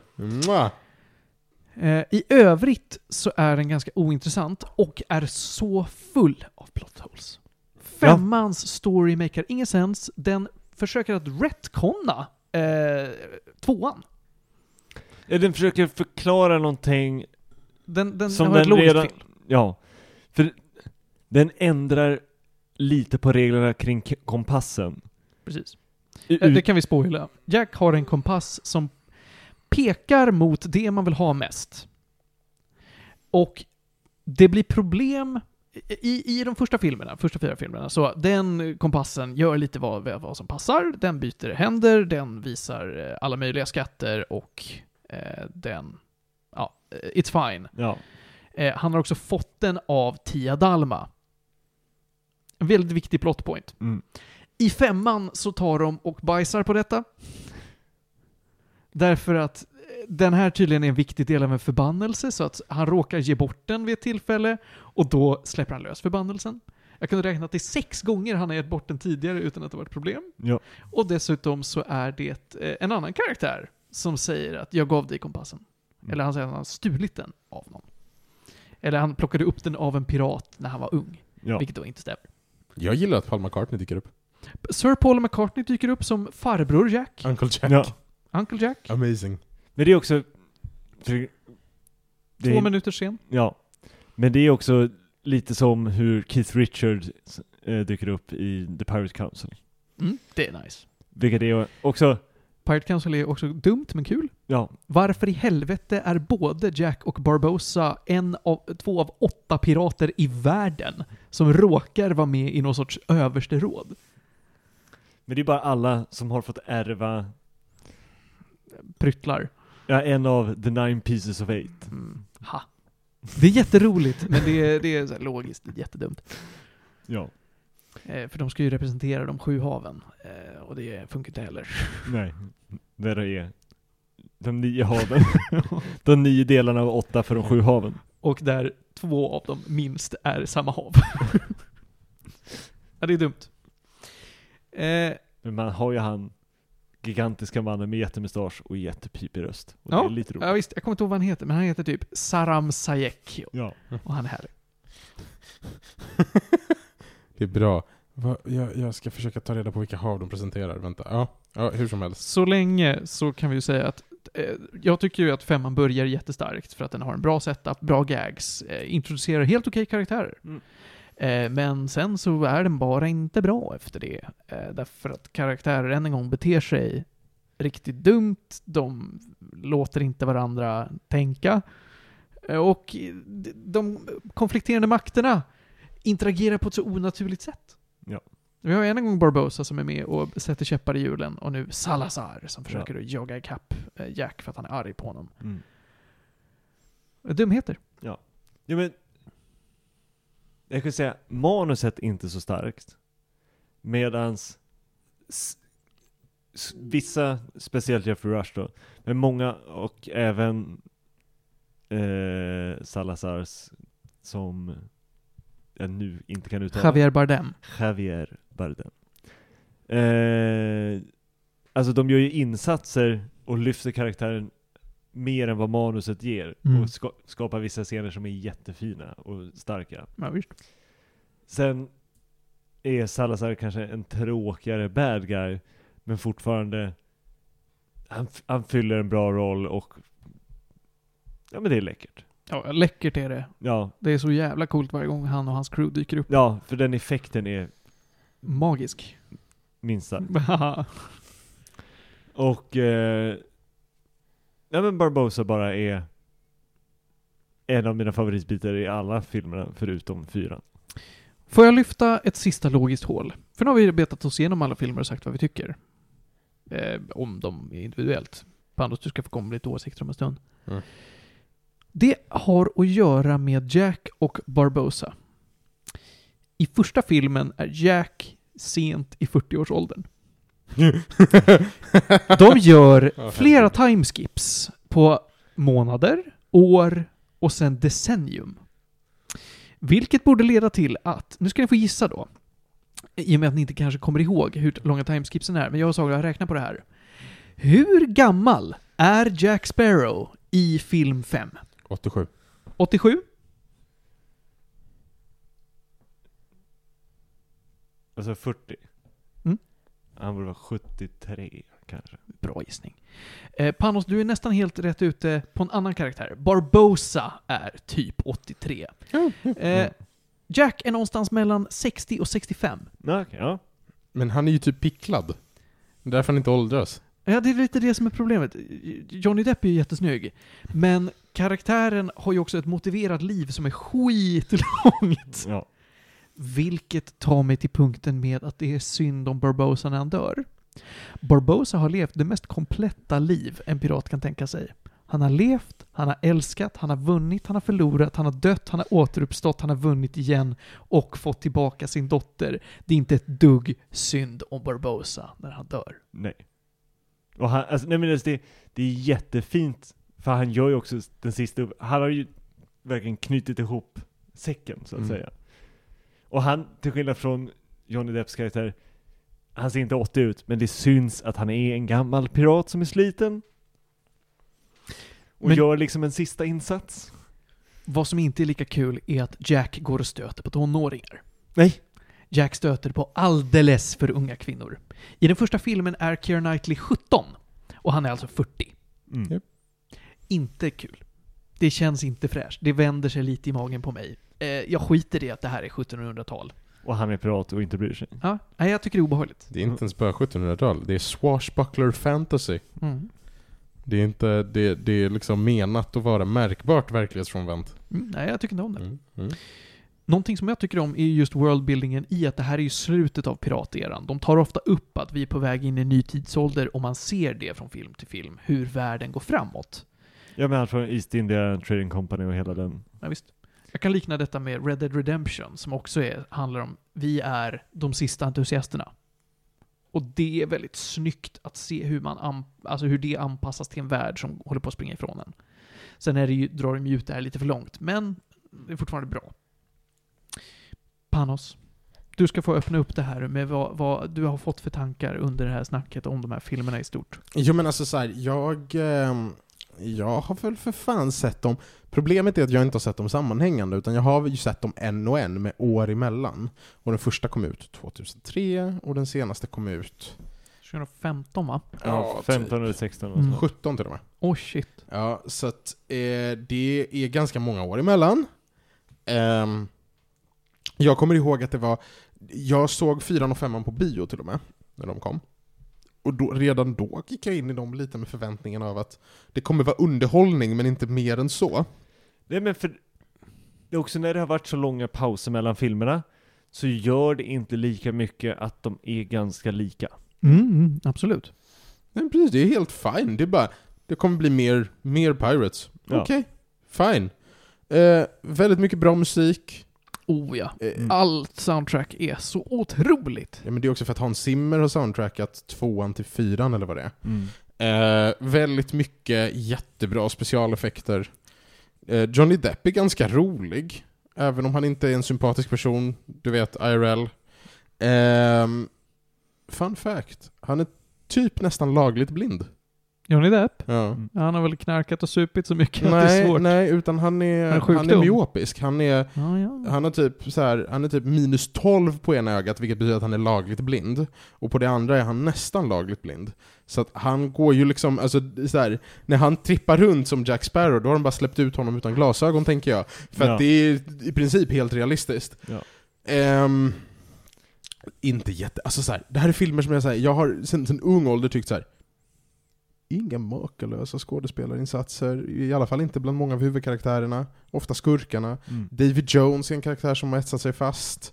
I övrigt så är den ganska ointressant och är så full av plot holes. 5:ans story maker ingen sens. Den försöker att retconna 2:an. Ja, den försöker förklara någonting den som har ett logiskt fel. Ja, för den ändrar lite på reglerna kring kompassen. Precis. Det kan vi spoila. Jack har en kompass som pekar mot det man vill ha mest. Och det blir problem i de första 4 filmerna, så den kompassen gör lite vad som passar. Den byter händer, den visar alla möjliga skatter och it's fine. Ja. Han har också fått den av Tia Dalma. En väldigt viktig plot point. Mm. I 5:an så tar de och bajsar på detta. Därför att den här tydligen är en viktig del av en förbannelse, så att han råkar ge bort den vid ett tillfälle och då släpper han lös förbannelsen. Jag kunde räkna till 6 gånger han har gett bort den tidigare utan att det var ett problem. Ja. Och dessutom så är det en annan karaktär som säger att jag gav dig kompassen. Eller han säger att han har stulit den av någon. Eller han plockade upp den av en pirat när han var ung. Ja. Vilket då inte stämmer. Jag gillar att Paul McCartney dyker upp. Sir Paul McCartney dyker upp som farbror Jack. Uncle Jack. Ja. Uncle Jack. Amazing. Men det är också... 2 minuter sen. Ja. Men det är också lite som hur Keith Richards dyker upp i The Pirate Council. Det är nice. Vilket är också... Pirate Council är också dumt men kul. Ja. Varför i helvete är både Jack och Barbossa 2 av 8 pirater i världen som råkar vara med i någon sorts överste råd? Men det är bara alla som har fått ärva Pryttlar. ja, en av the 9 pieces of 8. Ha. Det är jätteroligt, men det är så här logiskt jättedumt. Ja. För de ska ju representera de 7 haven. Och det funkar inte heller. Nej. Det är de 9 haven. De 9 delarna av 8 för de 7 haven. Och där 2 av dem minst är samma hav. Ja, det är dumt. Men man har ju han gigantiska mannen med jättemustasch och jättepipig röst. Och Ja, det är lite roligt. ja, visst. Jag kommer inte ihåg vad han heter, men han heter typ Saram Sayek. Ja. Och han är härlig. Det är bra. Jag ska försöka ta reda på vilka hav de presenterar. Vänta. Ja, hur som helst. Så länge så kan vi ju säga att jag tycker ju att 5:an börjar jättestarkt för att den har en bra setup, bra gags, introducerar helt okej karaktärer. Men sen så är den bara inte bra efter det. Därför att karaktärer än en gång beter sig riktigt dumt. De låter inte varandra tänka. Och de konflikterande makterna interagerar på ett så onaturligt sätt. Ja. Vi har än en gång Barbossa som är med och sätter käppar i hjulen. Och nu Salazar som försöker jaga ikapp Jack för att han är arg på honom. Dumheter. Ja. Ja, men jag kan säga manuset är inte så starkt. Medans vissa, speciellt Jeffrey Rush då, men många och även Salazars som jag nu inte kan uttala. Javier Bardem. Alltså de gör ju insatser och lyfter karaktären mer än vad manuset ger och skapar vissa scener som är jättefina och starka. Ja, visst. Sen är Salazar kanske en tråkigare bad guy, men fortfarande han fyller en bra roll och ja, men det är läckert. Ja, läckert är det. Ja. Det är så jävla coolt varje gång han och hans crew dyker upp. Ja, för den effekten är magisk. minsta. Och ja, men Barbossa bara är en av mina favoritbitar i alla filmerna förutom 4. Får jag lyfta ett sista logiskt hål? För nu har vi betat oss igenom alla filmer och sagt vad vi tycker. Om dem individuellt. Pandos, du ska få komma med lite åsikter om en stund. Det har att göra med Jack och Barbossa. I första filmen är Jack sent i 40-årsåldern. De gör flera timeskips på månader, år och sen decennium. Vilket borde leda till att, nu ska ni få gissa då, i och med att ni inte kanske kommer ihåg hur långa timeskipsen är, men jag och Saga har räknat på det här. Hur gammal är Jack Sparrow i film 5? 87. 87? Alltså 40. Han borde vara 73 kanske. Bra gissning. Panos, du är nästan helt rätt ute på en annan karaktär. Barbossa är typ 83. Jack är någonstans mellan 60 och 65. Okay, ja. Men han är ju typ picklad. Därför han inte åldras. Ja, det är lite det som är problemet. Johnny Depp är ju jättesnygg. Men karaktären har ju också ett motiverat liv som är skitlångt. Ja. Vilket tar mig till punkten med att det är synd om Barbossa när han dör. Barbossa har levt det mest kompletta liv en pirat kan tänka sig. Han har levt, han har älskat, han har vunnit, han har förlorat, han har dött, han har återuppstått, han har vunnit igen och fått tillbaka sin dotter. Det är inte ett dugg synd om Barbossa när han dör. Nej. Och han, alltså, nej men det är jättefint, för han gör ju också den sista, han har ju verkligen knutit ihop säcken så att säga. Och han, till skillnad från Johnny Depps karaktär, han ser inte 80 ut, men det syns att han är en gammal pirat som är sliten. Och gör liksom en sista insats. Vad som inte är lika kul är att Jack går och stöter på tonåringar. Nej. Jack stöter på alldeles för unga kvinnor. I den första filmen är Keira Knightley 17 och han är alltså 40. Yep. Inte kul. Det känns inte fräscht. Det vänder sig lite i magen på mig. Jag skiter i att det här är 1700-tal. Och han är pirat och inte bryr sig. Ja, jag tycker det är obehagligt. Det är inte ens bara 1700-tal. Det är swashbuckler fantasy. Mm. Det är inte, det är liksom menat att vara märkbart verklighetsfrånvänt. Nej, jag tycker inte om det. Någonting som jag tycker om är just worldbuildingen i att det här är ju slutet av pirateran. De tar ofta upp att vi är på väg in i en ny tidsålder och man ser det från film till film, hur världen går framåt. Ja, men från East India Trading Company och hela den. Ja, visst. Jag kan likna detta med Red Dead Redemption som också handlar om vi är de sista entusiasterna. Och det är väldigt snyggt att se hur det anpassas till en värld som håller på att springa ifrån en. Sen drar de ut det här lite för långt, men det är fortfarande bra. Panos, du ska få öppna upp det här med vad du har fått för tankar under det här snacket om de här filmerna i stort. Jo, men alltså så här, jag har väl för fan sett dem. Problemet är att jag inte har sett dem sammanhängande, utan jag har ju sett dem en och en med år emellan. Och den första kom ut 2003 och den senaste kom ut 2015, va? Ja, 15 eller 16. 17 till och med. Oh shit. Ja, så att det är ganska många år emellan. Jag kommer ihåg att jag såg 4 och 5 på bio till och med när de kom. Och redan då gick jag in i dem lite med förväntningen av att det kommer vara underhållning, men inte mer än så. Nej, men för det är också när det har varit så långa pauser mellan filmerna så gör det inte lika mycket att de är ganska lika. Absolut. Nej, precis, det är helt fine. Det är bara, det kommer bli mer Pirates. Ja. Okej, fine. Väldigt mycket bra musik. Oh ja. Allt soundtrack är så otroligt. Ja, men det är också för att Hans Zimmer har soundtrackat 2 till 4 eller vad det är. Väldigt mycket jättebra specialeffekter. Johnny Depp är ganska rolig, även om han inte är en sympatisk person. Du vet, IRL. Fun fact. Han är typ nästan lagligt blind. Johnny Depp? Ja. Han har väl knarkat och supit så mycket att det är svårt. Nej, utan han är myopisk. Han är typ minus 12 på ena ögat, vilket betyder att han är lagligt blind. Och på det andra är han nästan lagligt blind. Så att han går ju liksom, alltså så här, när han trippar runt som Jack Sparrow, då har de bara släppt ut honom utan glasögon, tänker jag. För att det är i princip helt realistiskt. Ja. Inte alltså så här, det här är filmer som jag har sen ung ålder tyckt så här. Inga makalösa skådespelarinsatser, i alla fall inte bland många av huvudkaraktärerna, ofta skurkarna. David Jones är en karaktär som har etsat sig fast.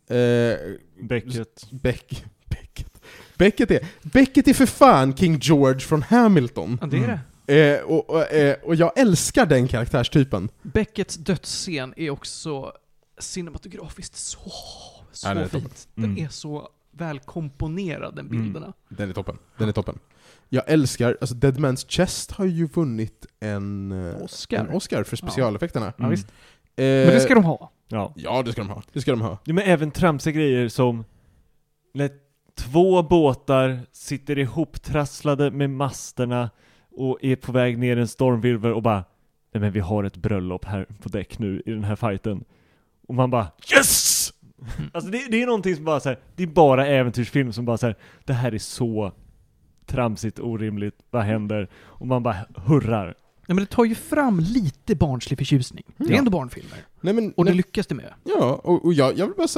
Beckett är för fan King George från Hamilton. Ja, det är det. Och jag älskar den karaktärstypen. Becketts dödsscen är också cinematografiskt så fint. Den är så väl komponerad, den bilderna. Den är toppen. Jag älskar, alltså Dead Man's Chest har ju vunnit en Oscar för specialeffekterna. Ja, visst. Men det ska de ha. Ja, det ska de ha. Ja, men även tramsiga grejer som när 2 båtar sitter ihop trasslade med masterna och är på väg ner en stormvirvel och bara, nej men vi har ett bröllop här på däck nu i den här fighten. Och man bara, yes! Alltså det är någonting som bara så här, det är bara äventyrsfilm som bara så här, det här är så tramsigt, orimligt, vad händer? Och man bara hurrar. Ja, men det tar ju fram lite barnslig förtjusning. Det är ändå barnfilmer. Och det lyckas det med. Ja, och jag vill bara så här,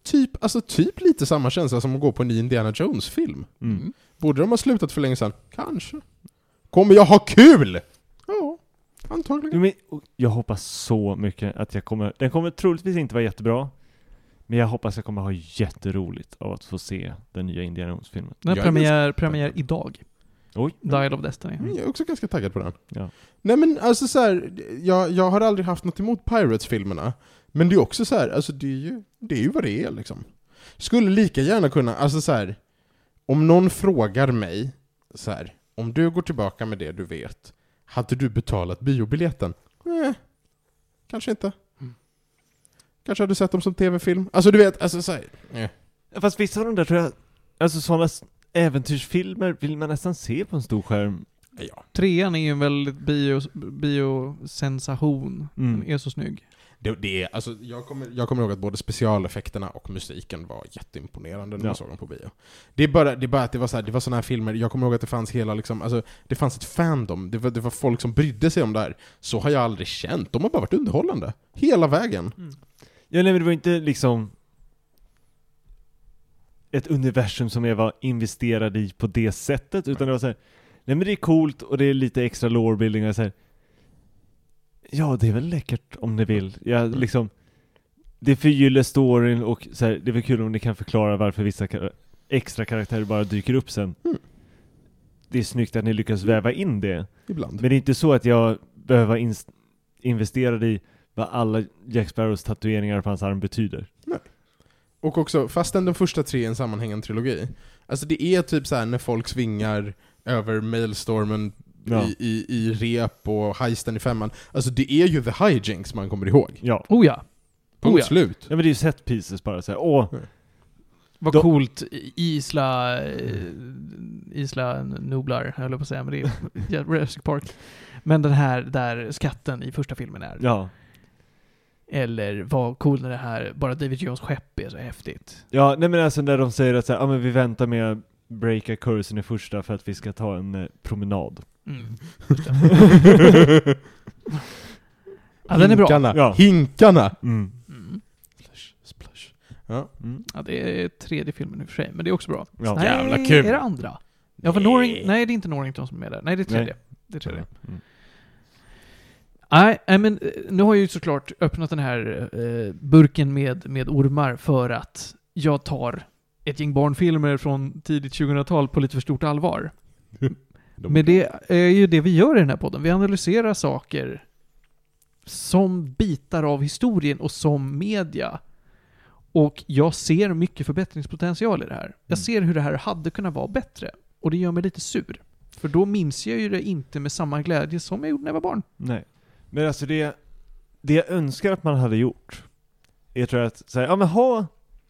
typ lite samma känsla som att gå på en ny Indiana Jones-film. Borde de ha slutat för länge sedan? Kanske. Kommer jag ha kul? Ja, antagligen. Jag hoppas så mycket att den kommer troligtvis inte vara jättebra. Men jag hoppas jag kommer ha jätteroligt av att få se den nya Indiana Jones-filmen. Den premiär idag. Oj. Dial of Destiny. Jag är också ganska taggad på den. Ja. Nej men alltså så här, jag har aldrig haft något emot Pirates-filmerna. Men det är också så här, alltså det är ju vad det är liksom. Skulle lika gärna kunna, alltså så här, om någon frågar mig så här, om du går tillbaka med det du vet, hade du betalat biobiljetten? Nej, kanske inte. Kanske hade du sett dem som tv-film. Alltså du vet, alltså så här, Fast vissa av de där tror jag, alltså sådana äventyrsfilmer vill man nästan se på en stor skärm. Ja. 3:an är ju en väldigt biosensation. Den är så snygg. Det är, alltså, jag kommer ihåg att både specialeffekterna och musiken var jätteimponerande när man såg dem på bio. Det är bara att det var såna här filmer, jag kommer ihåg att det fanns hela liksom, alltså, det fanns ett fandom, det var folk som brydde sig om det här. Så har jag aldrig känt, de har bara varit underhållande hela vägen. Ja, nej, men det var inte liksom ett universum som jag var investerad i på det sättet, utan det var så här, nej men det är coolt och det är lite extra lore-building och så här. Ja, det är väl läckert om ni vill. Liksom, det förgyller storyn och så här, det är väl kul om ni kan förklara varför vissa extra karaktärer bara dyker upp sen. Det är snyggt att ni lyckas väva in det. Ibland. Men det är inte så att jag behöver investera i vad alla Jack Sparrows tatueringar på hans arm betyder. Nej. Och också, fastän den första 3 är en sammanhängande trilogi. Alltså det är typ så här när folk svingar över Maelstormen i rep och heisten i 5:an. Alltså det är ju the hijinks man kommer ihåg. Ja. Punkt slut. Ja, men det är ju set pieces bara så här. Vad coolt Isla Nublar, höll jag på att säga, men det är Jurassic Park. Men den här där skatten i första filmen är. Ja. Eller vad cool när det här, bara David Jones skepp är så häftigt. Ja, nej men alltså när de säger att så här, men vi väntar med att breaka kursen i första för att vi ska ta en promenad. Ja, den är bra. Ja. Hinkarna. Splash. Ja, det är 3:e filmen i och för sig, men det är också bra. Ja. Nej, jävla kul. Är det andra? Ja, för nej, det är inte Norrington som är där. Nej, det är 3:e. Det är 3:e. Nej, men nu har jag ju såklart öppnat den här burken med ormar för att jag tar ett gäng barnfilmer från tidigt 2000-tal på lite för stort allvar. Men det är ju det vi gör i den här podden. Vi analyserar saker som bitar av historien och som media. Och jag ser mycket förbättringspotential i det här. Jag ser hur det här hade kunnat vara bättre. Och det gör mig lite sur. För då minns jag ju det inte med samma glädje som jag gjorde när jag var barn. Nej. Men alltså det jag önskar att man hade gjort, jag tror att säga, ja men ha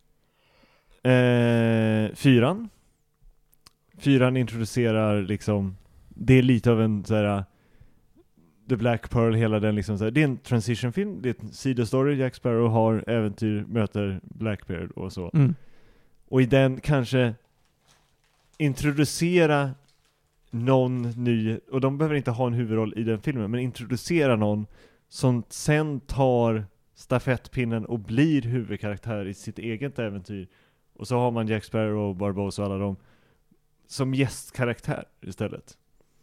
4:an. 4:an introducerar liksom, det är lite av en så här, The Black Pearl, hela den liksom så här, det är en transition-film, det är en sidostory, Jack Sparrow har äventyr, möter Blackbeard och så. Och i den kanske introducera någon ny, och de behöver inte ha en huvudroll i den filmen, men introducera någon som sen tar stafettpinnen och blir huvudkaraktär i sitt eget äventyr. Och så har man Jack Sparrow och Barbossa och alla dem som gästkaraktär istället.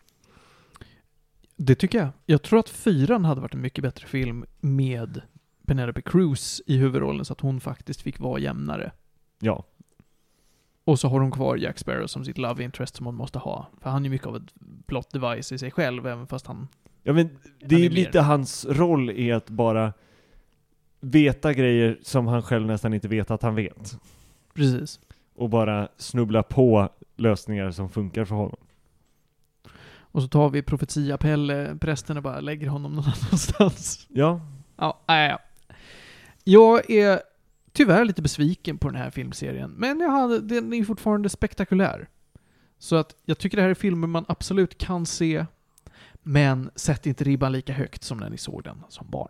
Det tycker jag. Jag tror att 4:an hade varit en mycket bättre film med Penelope Cruz i huvudrollen så att hon faktiskt fick vara jämnare. Ja. Och så har hon kvar Jack Sparrow som sitt love interest som hon måste ha. För han är ju mycket av ett plot device i sig själv, även fast han... Ja, men det är ju lite hans roll är att bara veta grejer som han själv nästan inte vet att han vet. Precis. Och bara snubbla på lösningar som funkar för honom. Och så tar vi profetia-Pelle, prästen, och bara lägger honom någon annanstans. Ja. Ja. Jag är tyvärr lite besviken på den här filmserien. Men den är fortfarande spektakulär. Så att jag tycker det här är filmer man absolut kan se. Men sätt inte ribban lika högt som när ni såg den som barn.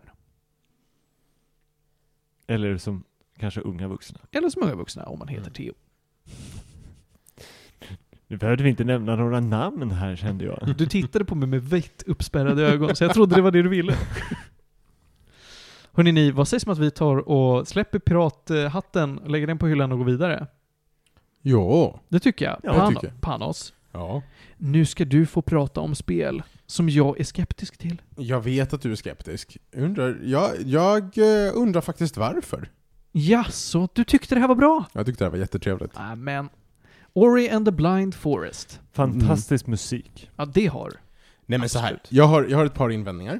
Eller som kanske unga vuxna. Eller som unga vuxna, om man heter Theo. Nu behövde vi inte nämna några namn här, kände jag. Du tittade på mig med vitt uppspärrade ögon, så jag trodde det var det du ville. Hörrni ni, vad sägs om att vi tar och släpper pirathatten, lägger den på hyllan och går vidare? Jo. Det tycker jag. Ja, Panos. Ja. Nu ska du få prata om spel som jag är skeptisk till. Jag vet att du är skeptisk. Jag undrar faktiskt varför. Jaså, du tyckte det här var bra? Jag tyckte det här var jättetrevligt. Men Ori and the Blind Forest. Fantastisk musik. Ja, det har. Nej men så här. Jag har ett par invändningar.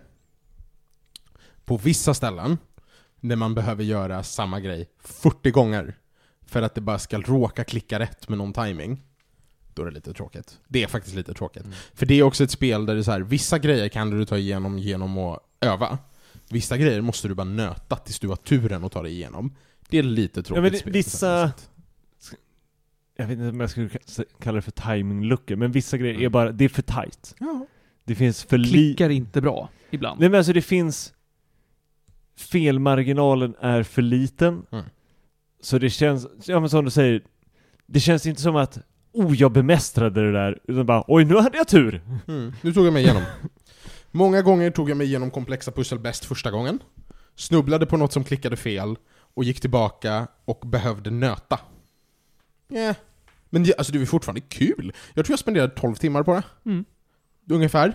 På vissa ställen när man behöver göra samma grej 40 gånger för att det bara ska råka klicka rätt med någon timing, då är det lite tråkigt. Det är faktiskt lite tråkigt. För det är också ett spel där det är så här, vissa grejer kan du ta igenom genom att öva. Vissa grejer måste du bara nöta tills du har turen att ta dig igenom. Det är lite tråkigt. Ja, men vissa... Jag vet inte om jag skulle kalla det för timingluckor, men vissa grejer är bara... Det är för tight. Ja. Det finns för klickar inte bra ibland. Nej, men alltså det finns... Felmarginalen är för liten. Så det känns... Ja, men som du säger... Det känns inte som att... jag bemästrade det där. Utan bara, oj, nu hade jag tur. Nu tog jag mig igenom. Många gånger tog jag mig igenom komplexa pussel bäst första gången. Snubblade på något som klickade fel. Och gick tillbaka och behövde nöta. Men det är fortfarande kul. Jag tror jag spenderade 12 timmar på det. Ungefär.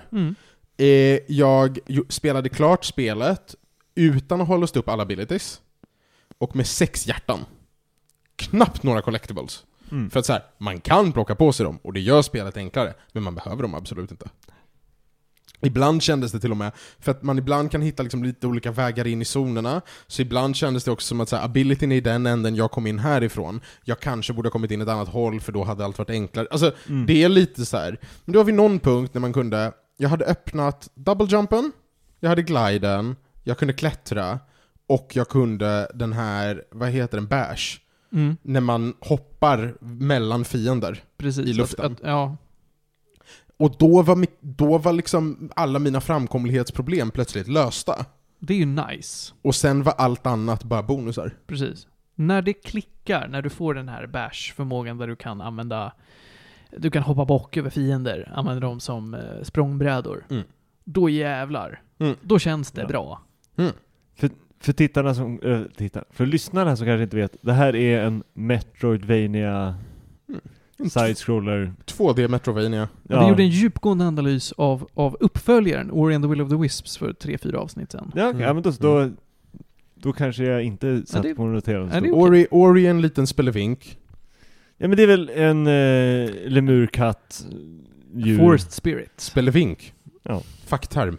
Jag spelade klart spelet utan att ha låst upp alla abilities. Och med 6 hjärtan. Knappt några collectibles. För att så här, man kan plocka på sig dem och det gör spelet enklare, men man behöver dem absolut inte. Ibland kändes det till och med, för att man ibland kan hitta liksom lite olika vägar in i zonerna, så ibland kändes det också som att så här, abilityn i den änden jag kom in härifrån, jag kanske borde ha kommit in ett annat håll för då hade allt varit enklare. Alltså det är lite så här. Men då har vi någon punkt när man kunde, jag hade öppnat double jumpen, jag hade gliden, jag kunde klättra och jag kunde den här, vad heter den, bash. När man hoppar mellan fiender. Precis, i luften. Ja. Och då var liksom alla mina framkomlighetsproblem plötsligt lösta. Det är ju nice. Och sen var allt annat bara bonusar. Precis. När det klickar, när du får den här bash-förmågan där du kan använda... Du kan hoppa bak över fiender, använda dem som språngbrädor. Då jävlar. Då känns det bra. För tittarna som... för lyssnarna som kanske inte vet, det här är en Metroidvania side-scroller. 2D Metroidvania. Ja. Vi gjorde en djupgående analys av uppföljaren Ori and the Will of the Wisps för 3-4 avsnitt sen. Ja, okay. Men då kanske jag inte satt på noterat. Ori är en liten spelevink. Ja, men det är väl en lemurkatt djur. Forest Spirit. Spelevink. Ja. Fackterm.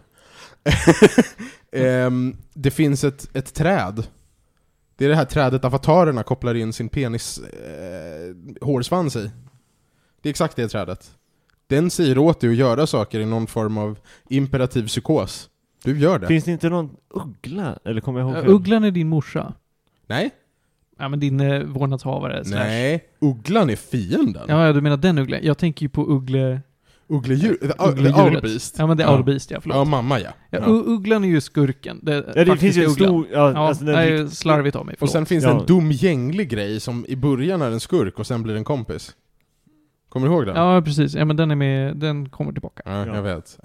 Det finns ett träd. Det är det här trädet avatarerna kopplar in sin penis hårsvans i. Det är exakt det trädet. Den säger åt dig att göra saker i någon form av imperativ psykos. Du gör det. Finns det inte någon uggla? Eller kommer jag ihåg? Ugglan är din morsa. Nej. Ja, men din vårdnadshavare. Nej, ugglan är fienden. Ja, du menar den ugglan. Jag tänker ju på Uggledjur. The Owl Beast. Ja, men det är Owl Beast, ja, förlåt. Ja, mamma, ja. Ugglan är ju skurken. Det finns ju en stor... alltså, det är slarvigt av mig, förlåt. Och sen finns det en dum gänglig grej som i början är en skurk och sen blir en kompis. Kommer du ihåg den? Ja, precis. Ja, men den är med, den kommer tillbaka. Ja, jag vet.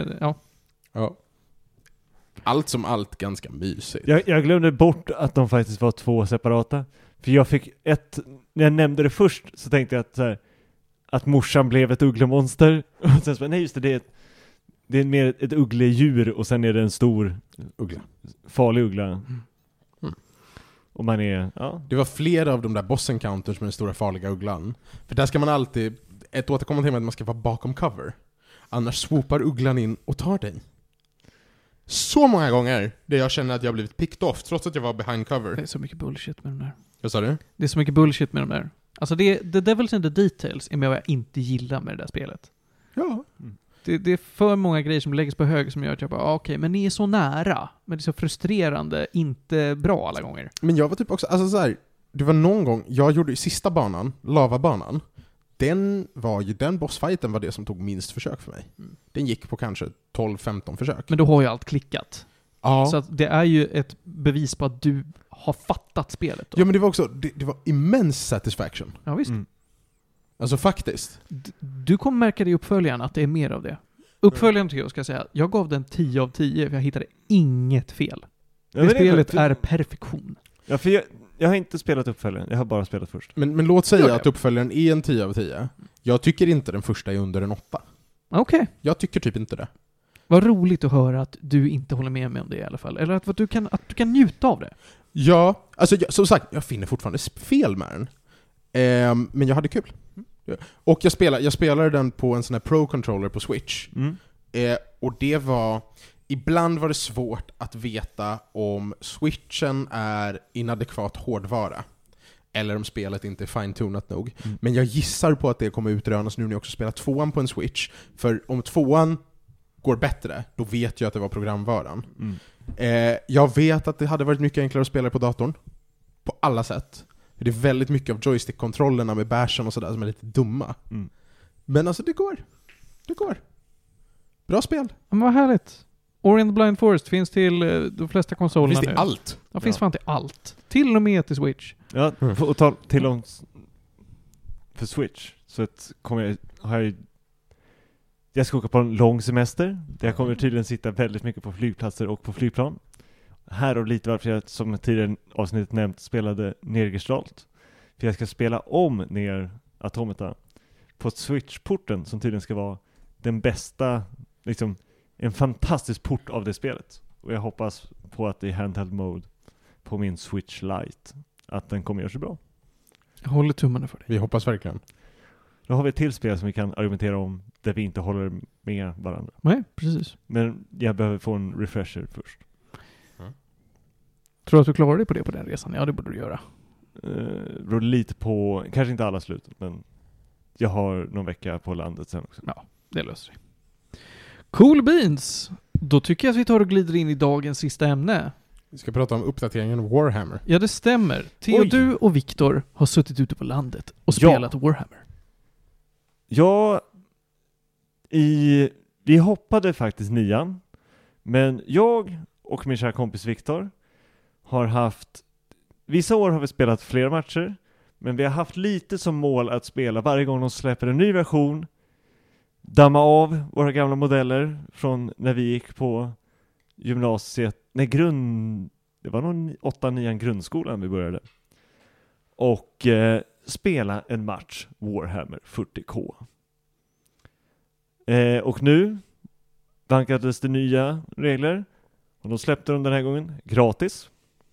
Ja. Allt som allt ganska mysigt. Jag glömde bort att de faktiskt var 2 separata. För jag fick när jag nämnde det först så tänkte jag att så här, att morsan blev ett ugglemonster. Och sen så nej, just det är mer ett uggledjur och sen är det en stor uggla. Farlig uggla. Och man är... Ja. Det var flera av de där boss encounters med den stora farliga ugglan. För där ska man alltid... Ett återkommande tema att man ska vara bakom cover. Annars swoopar ugglan in och tar dig. Så många gånger där jag känner att jag har blivit picked off trots att jag var behind cover. Det är så mycket bullshit med de där. Vad sa du? Det är så mycket bullshit med de där. Alltså the Devils and the Details är med vad jag inte gillar med det där spelet. Ja. Det är för många grejer som läggs på hög som gör att jag bara, okej, men ni är så nära. Men det är så frustrerande, inte bra alla gånger. Men jag var typ också, alltså så här, det var någon gång, jag gjorde i sista banan, lavabanan, den bossfighten var det som tog minst försök för mig. Den gick på kanske 12-15 försök. Men då har ju allt klickat. Ja. Så att det är ju ett bevis på att du har fattat spelet då. Ja, men det var också, det var immens satisfaction. Ja, visst. Alltså faktiskt. Du kommer märka det i uppföljaren att det är mer av det. Uppföljaren till jag ska säga, jag gav den 10 av 10 för jag hittade inget fel. Det spelet är perfektion. Ja, för jag har inte spelat uppföljaren, jag har bara spelat först. Men låt säga att uppföljaren är en 10 av 10. Jag tycker inte den första är under en 8. Okej. Jag tycker typ inte det. Vad roligt att höra att du inte håller med mig om det i alla fall. Eller att du kan njuta av det. Ja, alltså som sagt, jag finner fortfarande fel med den. Men jag hade kul. Och jag spelade den på en sån här Pro-controller på Switch. Och det var... Ibland var det svårt att veta om Switchen är inadekvat hårdvara. Eller om spelet inte är fine-tunat nog. Men jag gissar på att det kommer utrönas nu när jag också spelar 2:an på en Switch. För om 2:an går bättre, då vet jag att det var programvaran. Jag vet att det hade varit mycket enklare att spela på datorn. På alla sätt. För det är väldigt mycket av joystick-kontrollerna med bashen och sådär som är lite dumma. Men alltså det går. Det går. Bra spel. Men vad härligt. Ori and the Blind Forest finns till de flesta konsolerna nu. Finns det allt? Ja, finns fan till allt. Till och med till Switch. Ja, och ta till om för Switch. Så att jag ska åka på en lång semester. Där jag kommer tydligen sitta väldigt mycket på flygplatser och på flygplan. Här och lite varför jag, som tidigare avsnittet nämnt, spelade Nergestalt. För jag ska spela om ner Automata på Switch-porten som tydligen ska vara den bästa, liksom en fantastisk port av det spelet. Och jag hoppas på att det är handheld mode på min Switch Lite. Att den kommer göra sig bra. Jag håller tummarna för dig. Vi hoppas verkligen. Då har vi ett till spel som vi kan argumentera om där vi inte håller med varandra. Nej, precis. Men jag behöver få en refresher först. Tror du att du klarar dig på det på den resan? Ja, det borde du göra. Beror lite på, kanske inte alla slut, men jag har någon vecka på landet sen också. Ja, det löser sig. Cool beans! Då tycker jag att vi tar och glider in i dagens sista ämne. Vi ska prata om uppdateringen Warhammer. Ja, det stämmer. Theo, du och Viktor har suttit ute på landet och spelat Warhammer. Ja, vi hoppade faktiskt 9:an, men jag och min kära kompis Viktor har haft, vissa år har vi spelat fler matcher, men vi har haft lite som mål att spela varje gång de släpper en ny version, damma av våra gamla modeller från när vi gick på gymnasiet, det var nog 8-9 grundskolan vi började, och spela en match Warhammer 40K. Och nu vankades det nya regler och de släppte dem den här gången gratis.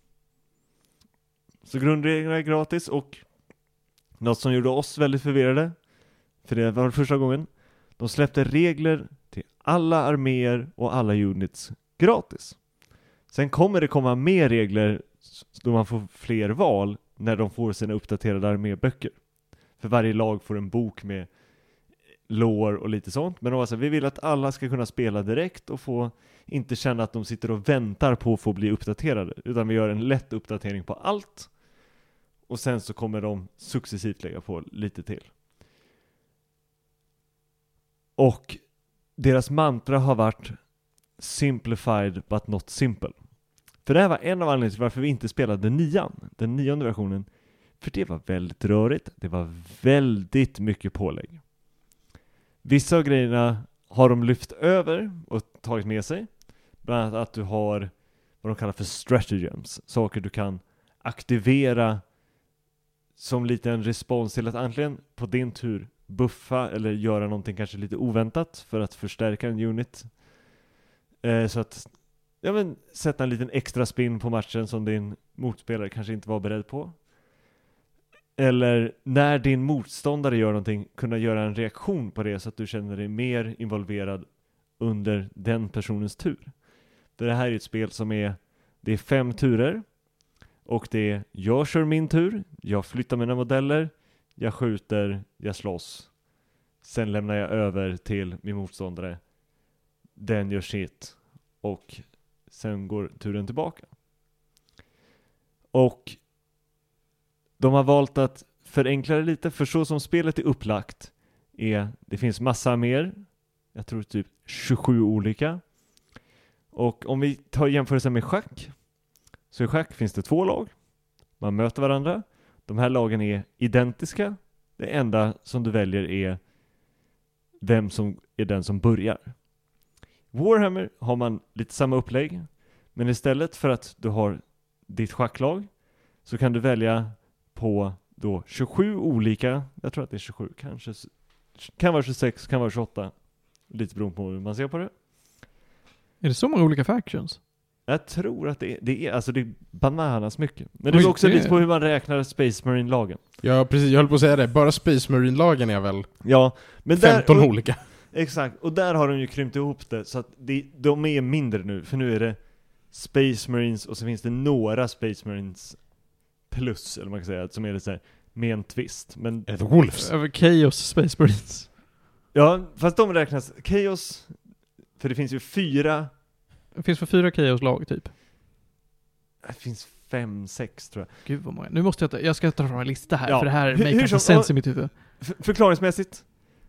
Så grundreglerna är gratis, och något som gjorde oss väldigt förvirrade, för det var första gången, de släppte regler till alla arméer och alla units gratis. Sen kommer det komma mer regler då man får fler val när de får sina uppdaterade arméböcker. För varje lag får en bok med lore och lite sånt. Men alltså, vi vill att alla ska kunna spela direkt och få inte känna att de sitter och väntar på att få bli uppdaterade. Utan vi gör en lätt uppdatering på allt. Och sen så kommer de successivt lägga på lite till. Och deras mantra har varit simplified but not simple. För det här var en av anledningarna till varför vi inte spelade den 9:e versionen. För det var väldigt rörigt. Det var väldigt mycket pålägg. Vissa av grejerna har de lyft över och tagit med sig. Bland annat att du har vad de kallar för stratagems. Saker du kan aktivera som lite en respons till att antingen på din tur buffa eller göra någonting kanske lite oväntat för att förstärka en unit. Så att sätta en liten extra spin på matchen som din motspelare kanske inte var beredd på. Eller när din motståndare gör någonting, kunna göra en reaktion på det så att du känner dig mer involverad under den personens tur. För det här är ett spel som det är 5 turer. Och det är, jag kör min tur, jag flyttar mina modeller, jag skjuter, jag slåss. Sen lämnar jag över till min motståndare. Den gör sitt. Och sen går turen tillbaka. Och de har valt att förenkla det lite, för så som spelet är upplagt det finns massa mer. Jag tror typ 27 olika. Och om vi tar jämförelsen med schack, så i schack finns det 2 lag. Man möter varandra. De här lagen är identiska. Det enda som du väljer är vem som är den som börjar. Warhammer har man lite samma upplägg, Men istället för att du har ditt schacklag så kan du välja på då 27 olika, jag tror att det är 27, kanske kan vara 26, kan vara 28, lite beroende på hur man ser på det. Är det så många olika factions? Jag tror att det är alltså det är bananas mycket. Men det är också lite på hur man räknar Space Marine-lagen. Ja, precis. Jag höll på att säga det. Bara Space Marine-lagen är väl men 15 olika. Exakt. Och där har de ju krympt ihop det. Så att de är mindre nu. För nu är det Space Marines och så finns det några Space Marines plus, eller man kan säga, som är det så här, med en twist. Men The Wolves. Över Chaos Space Marines. Ja, fast de räknas Chaos, för det finns ju 4. Det finns för 4 Chaos-lag typ. Det finns 5-6 tror jag. Gud vad många. Nu måste jag ska ta fram en lista här, för det här hur makes sense i mitt huvud. Förklaringsmässigt.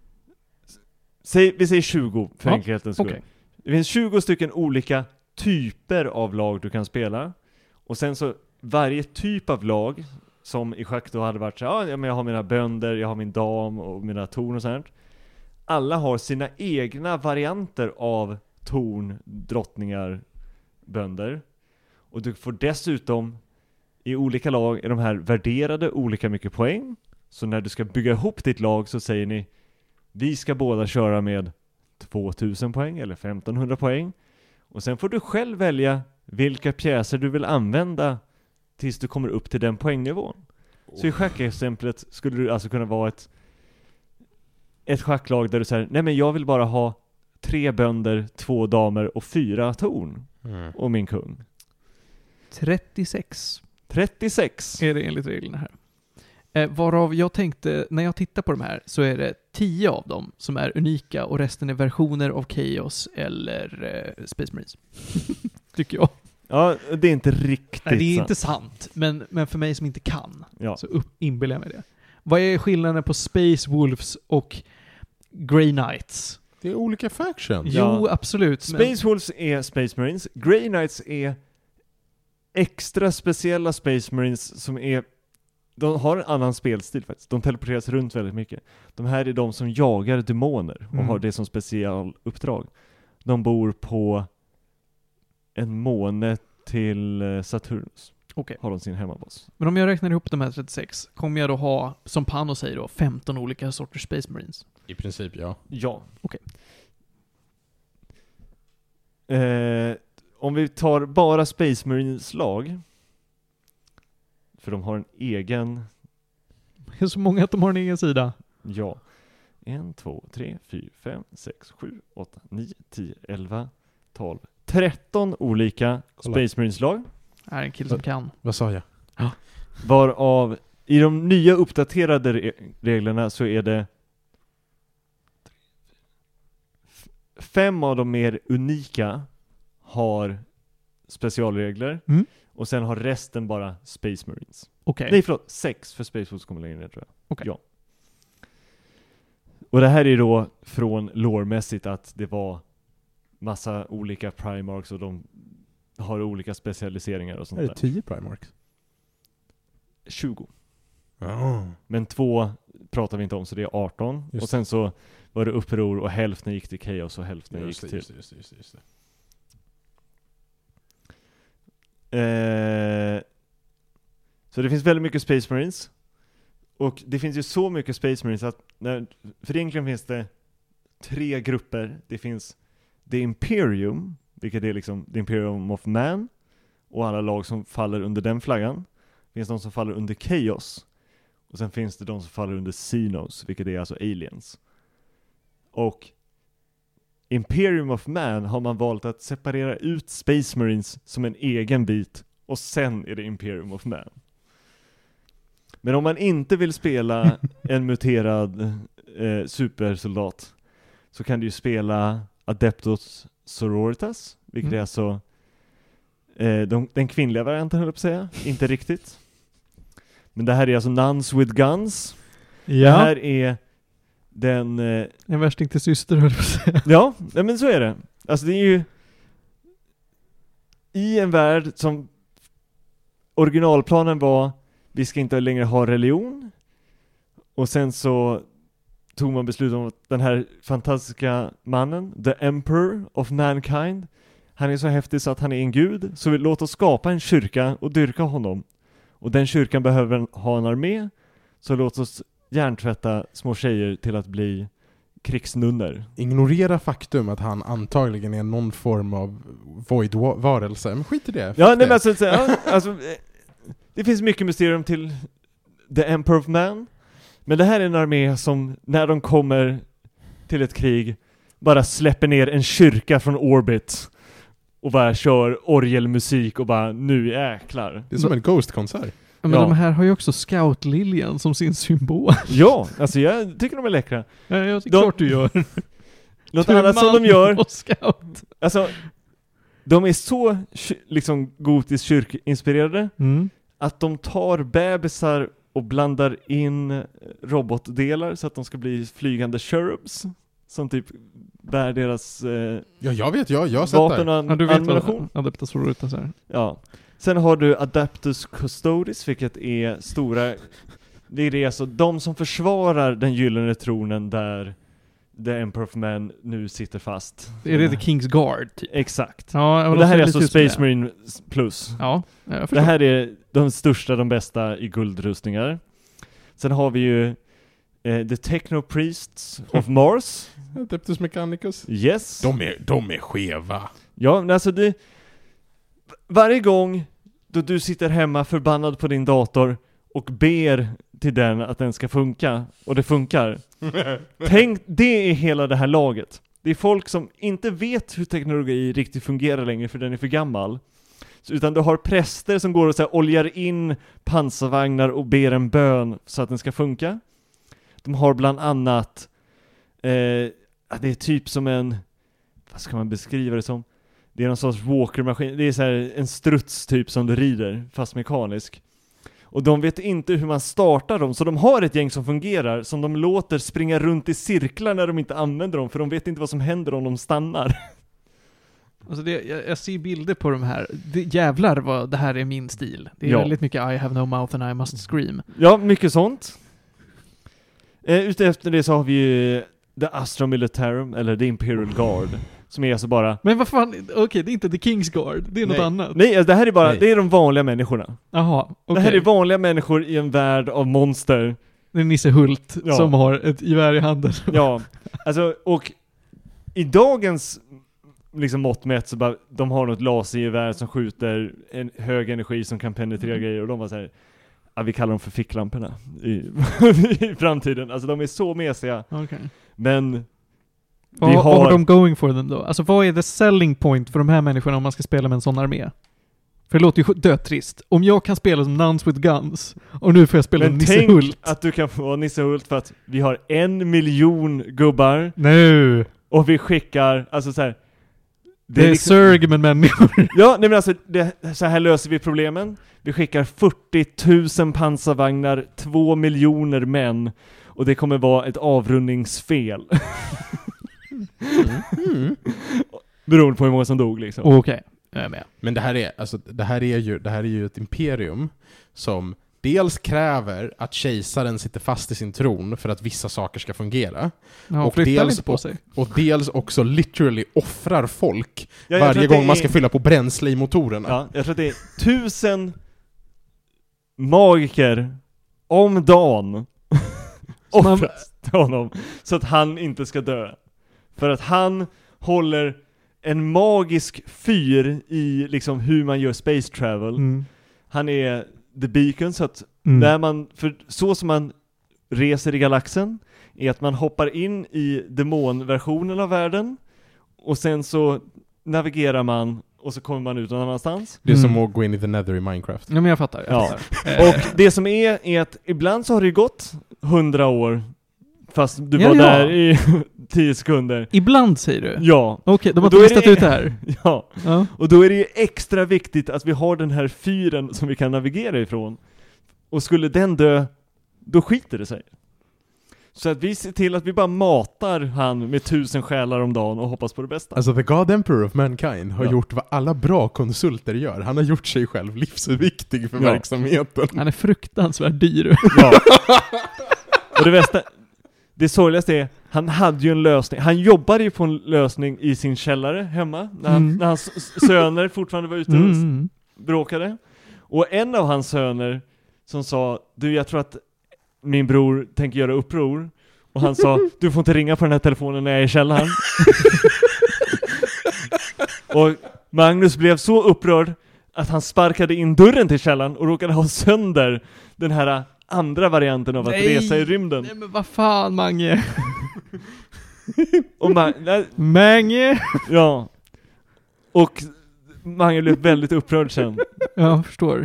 Vi säger 20 för enkelhetens skull. Okay. Det finns 20 stycken olika typer av lag du kan spela. Och sen så varje typ av lag, som i schack då hade varit så här, jag har mina bönder, jag har min dam och mina torn och sånt. Alla har sina egna varianter av torn, drottningar, bönder. Och du får dessutom i olika lag är de här värderade olika mycket poäng. Så när du ska bygga ihop ditt lag så säger ni, vi ska båda köra med 2000 poäng eller 1500 poäng. Och sen får du själv välja vilka pjäser du vill använda tills du kommer upp till den poängnivån. Så i schackexemplet skulle du alltså kunna vara ett schacklag där du säger, nej men jag vill bara ha 3 bönder, 2 damer och 4 torn. Och min kung. 36 är det enligt reglerna här. Varav jag tänkte, när jag tittar på de här så är det 10 av dem som är unika och resten är versioner av Chaos eller Space Marines. Tycker jag. Ja, det är inte riktigt Nej, det är sant. inte sant, men för mig som inte kan så inbillar jag mig det. Vad är skillnaden på Space Wolves och Grey Knights? Det är olika factions. Jo, absolut. Space Wolves är Space Marines. Grey Knights är extra speciella Space Marines som är... De har en annan spelstil faktiskt. De teleporteras runt väldigt mycket. De här är de som jagar demoner och har det som specialuppdrag. De bor på en måne till Saturnus. Okay. Har de sin hemmabas. Men om jag räknar ihop de här 36, kommer jag då ha, som Pano säger då, 15 olika sorters Space Marines? I princip, ja. Ja. Okej. Om vi tar bara Space Marines lag, för de har en egen... Det är så många att de har en egen sida. Ja. 1, 2, 3, 4, 5, 6, 7, 8, 9, 10, 11, 12, 13 olika Space Marines-lag. Det är en kille som kan. Vad sa jag? Ja. Varav i de nya uppdaterade reglerna så är det 5 av de mer unika har specialregler. Och sen har resten bara Space Marines. Okay. Nej, förlåt. 6 för Space Wolves kommer längre ner, tror jag. Okay. Ja. Och det här är då från lore-mässigt att det var massa olika Primarchs och de har olika specialiseringar och sånt där. Är det 10 Primarchs? 20. Oh. Men 2 pratar vi inte om, så det är 18. Just och sen så var det uppror och hälften gick till Chaos och hälften gick till... Just det. Så det finns väldigt mycket Space Marines. Och det finns ju så mycket Space Marines att för egentligen finns det 3 grupper. Det finns The Imperium, vilket är liksom The Imperium of Man och alla lag som faller under den flaggan. Det finns de som faller under Chaos. Och sen finns det de som faller under Xenos, vilket är alltså aliens. Och Imperium of Man har man valt att separera ut Space Marines som en egen bit, och sen är det Imperium of Man. Men om man inte vill spela en muterad supersoldat så kan du ju spela Adeptus Sororitas, vilket är alltså den kvinnliga varianten, höll jag på att säga. Inte riktigt. Men det här är alltså Nuns with Guns. Ja. Det här är den... en värsting till syster, höll jag på att säga. Ja, men så är det. Alltså det är ju i en värld som originalplanen var, vi ska inte längre ha religion. Och sen så tog man beslut om att den här fantastiska mannen, the Emperor of Mankind, Han är så häftig så att han är en gud, så låt oss skapa en kyrka och dyrka honom. Och den kyrkan behöver ha en armé, så låt oss hjärntvätta små tjejer till att bli krigsnunnor. Ignorera faktum att han antagligen är någon form av void-varelse. Men skit i det. Ja, nej, men alltså, det finns mycket mysterium till The Emperor of Man. Men det här är en armé som, när de kommer till ett krig, bara släpper ner en kyrka från orbit och bara kör orgelmusik och bara, nu jäklar. Det är som en Ghost-konsert. Men de här har ju också Scout-liljan som sin symbol. Ja, alltså jag tycker de är läckra. Ja, jag tycker klart du gör. Något annat som de gör. Och Scout. Alltså, de är så liksom gotiskt kyrkinspirerade att de tar bebisar och blandar in robotdelar så att de ska bli flygande cherubs som typ bär deras ja, jag vet, jag har sett vapen och ammunition. Adeptus Sororitas här. Ja. Sen har du Adeptus Custodes, vilket är stora, det är alltså de som försvarar den gyllene tronen där The Emperor of Man nu sitter fast. Är det The King's Guard? Typ? Exakt. Ja, och det här är alltså Space Marine plus. Ja, jag förstår. Det här är de största, de bästa i guldrustningar. Sen har vi ju The Techno Priests of Mars. Adeptus Mechanicus. Yes. De är skeva. Ja, men alltså varje gång då du sitter hemma förbannad på din dator och ber till den att den ska funka, och det funkar. Tänk, det är hela det här laget. Det är folk som inte vet hur teknologi riktigt fungerar längre för den är för gammal. Utan du har präster som går och så här oljar in pansarvagnar och ber en bön så att den ska funka. De har bland annat det är typ som en, vad ska man beskriva det som? Det är någon sorts walker-maskin. Det är så här en struts typ som du rider, fast mekanisk. Och de vet inte hur man startar dem, så de har ett gäng som fungerar, som de låter springa runt i cirklar när de inte använder dem, för de vet inte vad som händer om de stannar. Alltså jag ser bilder på de här. Jävlar vad det här är min stil. Det är väldigt mycket I have no mouth and I must scream. Ja, mycket sånt. Efter det så har vi ju The Astra Militarum, eller The Imperial Guard, som är alltså bara... Men vad fan, okej, det är inte The King's Guard, det är något annat. Nej, alltså det här är bara, det är de vanliga människorna. Jaha, okej. Det här är vanliga människor i en värld av monster. Det är Nisse Hult som har ett gevär i handen. Ja, alltså, och i dagens liksom mått mätt så bara, de har något lasergevär som skjuter en hög energi som kan penetrera grejer, och de var så här, ja, vi kallar dem för ficklamporna i framtiden. Alltså de är så mesiga. Okay. Men vad har de going for them då? Alltså vad är the selling point för de här människorna om man ska spela med en sån armé? För det låter ju dötrist. Om jag kan spela som Nuns with Guns och nu får jag spela Nisse Hult. Men tänk att du kan få Nisse Hult för att vi har 1 miljon gubbar. Nu. Och vi skickar, alltså så här. Det är liksom sörg med människor. Ja, nej men alltså, så här löser vi problemen. Vi skickar 40 000 pansarvagnar, 2 miljoner män. Och det kommer vara ett avrundningsfel. Beroende på hur många som dog liksom. Okej, jag är med. Men det här är ju ett imperium som dels kräver att kejsaren sitter fast i sin tron för att vissa saker ska fungera. Ja, och dels också literally offrar folk varje gång man ska fylla på bränsle i motorerna. Ja, jag tror att det är 1000 magiker om dagen offras till honom så att han inte ska dö. För att han håller en magisk fyr i liksom hur man gör space travel. Han är the beacon, så att när man, för så som man reser i galaxen är att man hoppar in i demonversionen av världen och sen så navigerar man och så kommer man ut någon annanstans. Det är som att gå in i the nether i Minecraft. Ja, men jag fattar. Och det som är att ibland så har det gått 100 år fast du var där i 10 sekunder. Ibland säger du? Ja. Okej, de har inte listat ut det här. Ja. Och då är det ju extra viktigt att vi har den här fyren som vi kan navigera ifrån. Och skulle den dö, då skiter det sig. Så att vi ser till att vi bara matar han med 1000 själar om dagen och hoppas på det bästa. Alltså The God Emperor of Mankind har gjort vad alla bra konsulter gör. Han har gjort sig själv livsviktig för verksamheten. Han är fruktansvärt dyr. Ja. Och det sorgligaste är, han hade ju en lösning. Han jobbade ju på en lösning i sin källare hemma när hans söner fortfarande var ute och bråkade. Och en av hans söner som sa, du, jag tror att min bror tänker göra uppror. Och han sa, du får inte ringa på den här telefonen när jag är i källaren. Och Magnus blev så upprörd att han sparkade in dörren till källaren och råkade ha sönder den här andra varianten av att resa i rymden. Nej, men vad fan, Mange? Och Mange! Ja. Och Mange blev väldigt upprörd sen. Ja, jag förstår.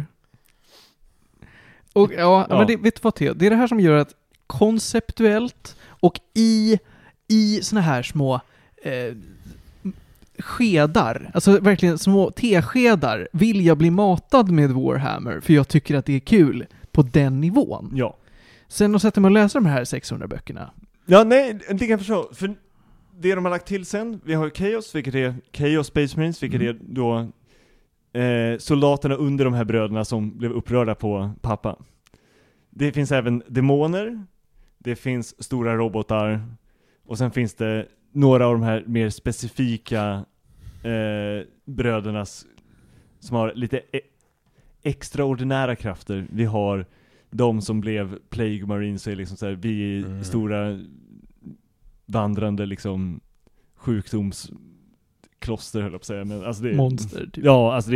Och men vet du vad, Theo? Det är det här som gör att konceptuellt och i såna här små skedar, alltså verkligen små teskedar, vill jag bli matad med Warhammer, för jag tycker att det är kul på den nivån. Ja. Sen då sätter man och läser de här 600 böckerna. Ja, nej, det kan jag förstå. För det de har lagt till sen, vi har Chaos, vilket är Chaos Space Marines, vilket är då soldaterna under de här bröderna som blev upprörda på pappa. Det finns även demoner, det finns stora robotar, och sen finns det några av de här mer specifika brödernas som har lite extraordinära krafter. Vi har de som blev Plague Marines, så är liksom så här, vi är stora vandrande liksom sjukdomskloster, höll jag på att säga. Men alltså det är, monster typ. Ja, alltså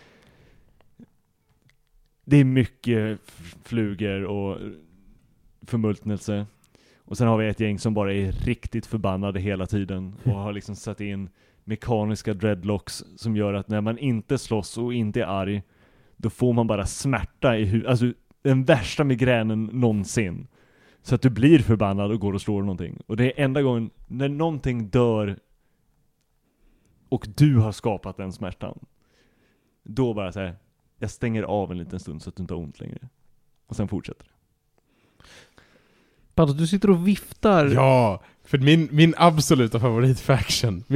det är mycket flugor och förmultnelse. Och sen har vi ett gäng som bara är riktigt förbannade hela tiden och har liksom satt in mekaniska dreadlocks som gör att när man inte slåss och inte är arg, då får man bara smärta i huvudet. Alltså den värsta migränen någonsin. Så att du blir förbannad och går och slår någonting. Och det är enda gången när någonting dör och du har skapat den smärtan, då bara så här, jag stänger av en liten stund så att du inte har ont längre. Och sen fortsätter det. Padda, du sitter och viftar. Ja, för min absoluta favoritfaction.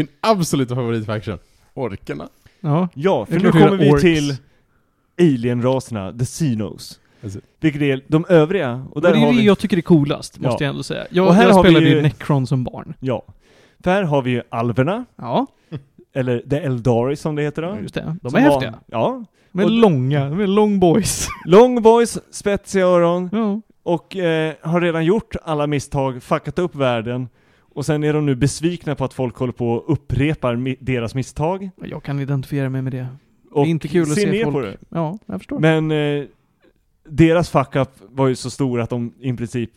Orkerna. Ja, för nu kommer vi till alien-raserna, the Xenos. Alltså. Vilket är de övriga. Och där det är har det vi... jag tycker är coolast, måste jag ändå säga. Och här jag spelade ju Necron som barn. Ja. För här har vi ju alverna. Ja. Eller The Eldari som det heter då. Just det. De är häftiga. Ja. De är long boys. Long boys, spetsiga öron. Ja. Och har redan gjort alla misstag, fuckat upp världen. Och sen är de nu besvikna på att folk håller på och upprepar deras misstag. Jag kan identifiera mig med det. Och det är inte kul att se folk. På det. Ja, jag förstår. Men deras fuck-up var ju så stor att de i princip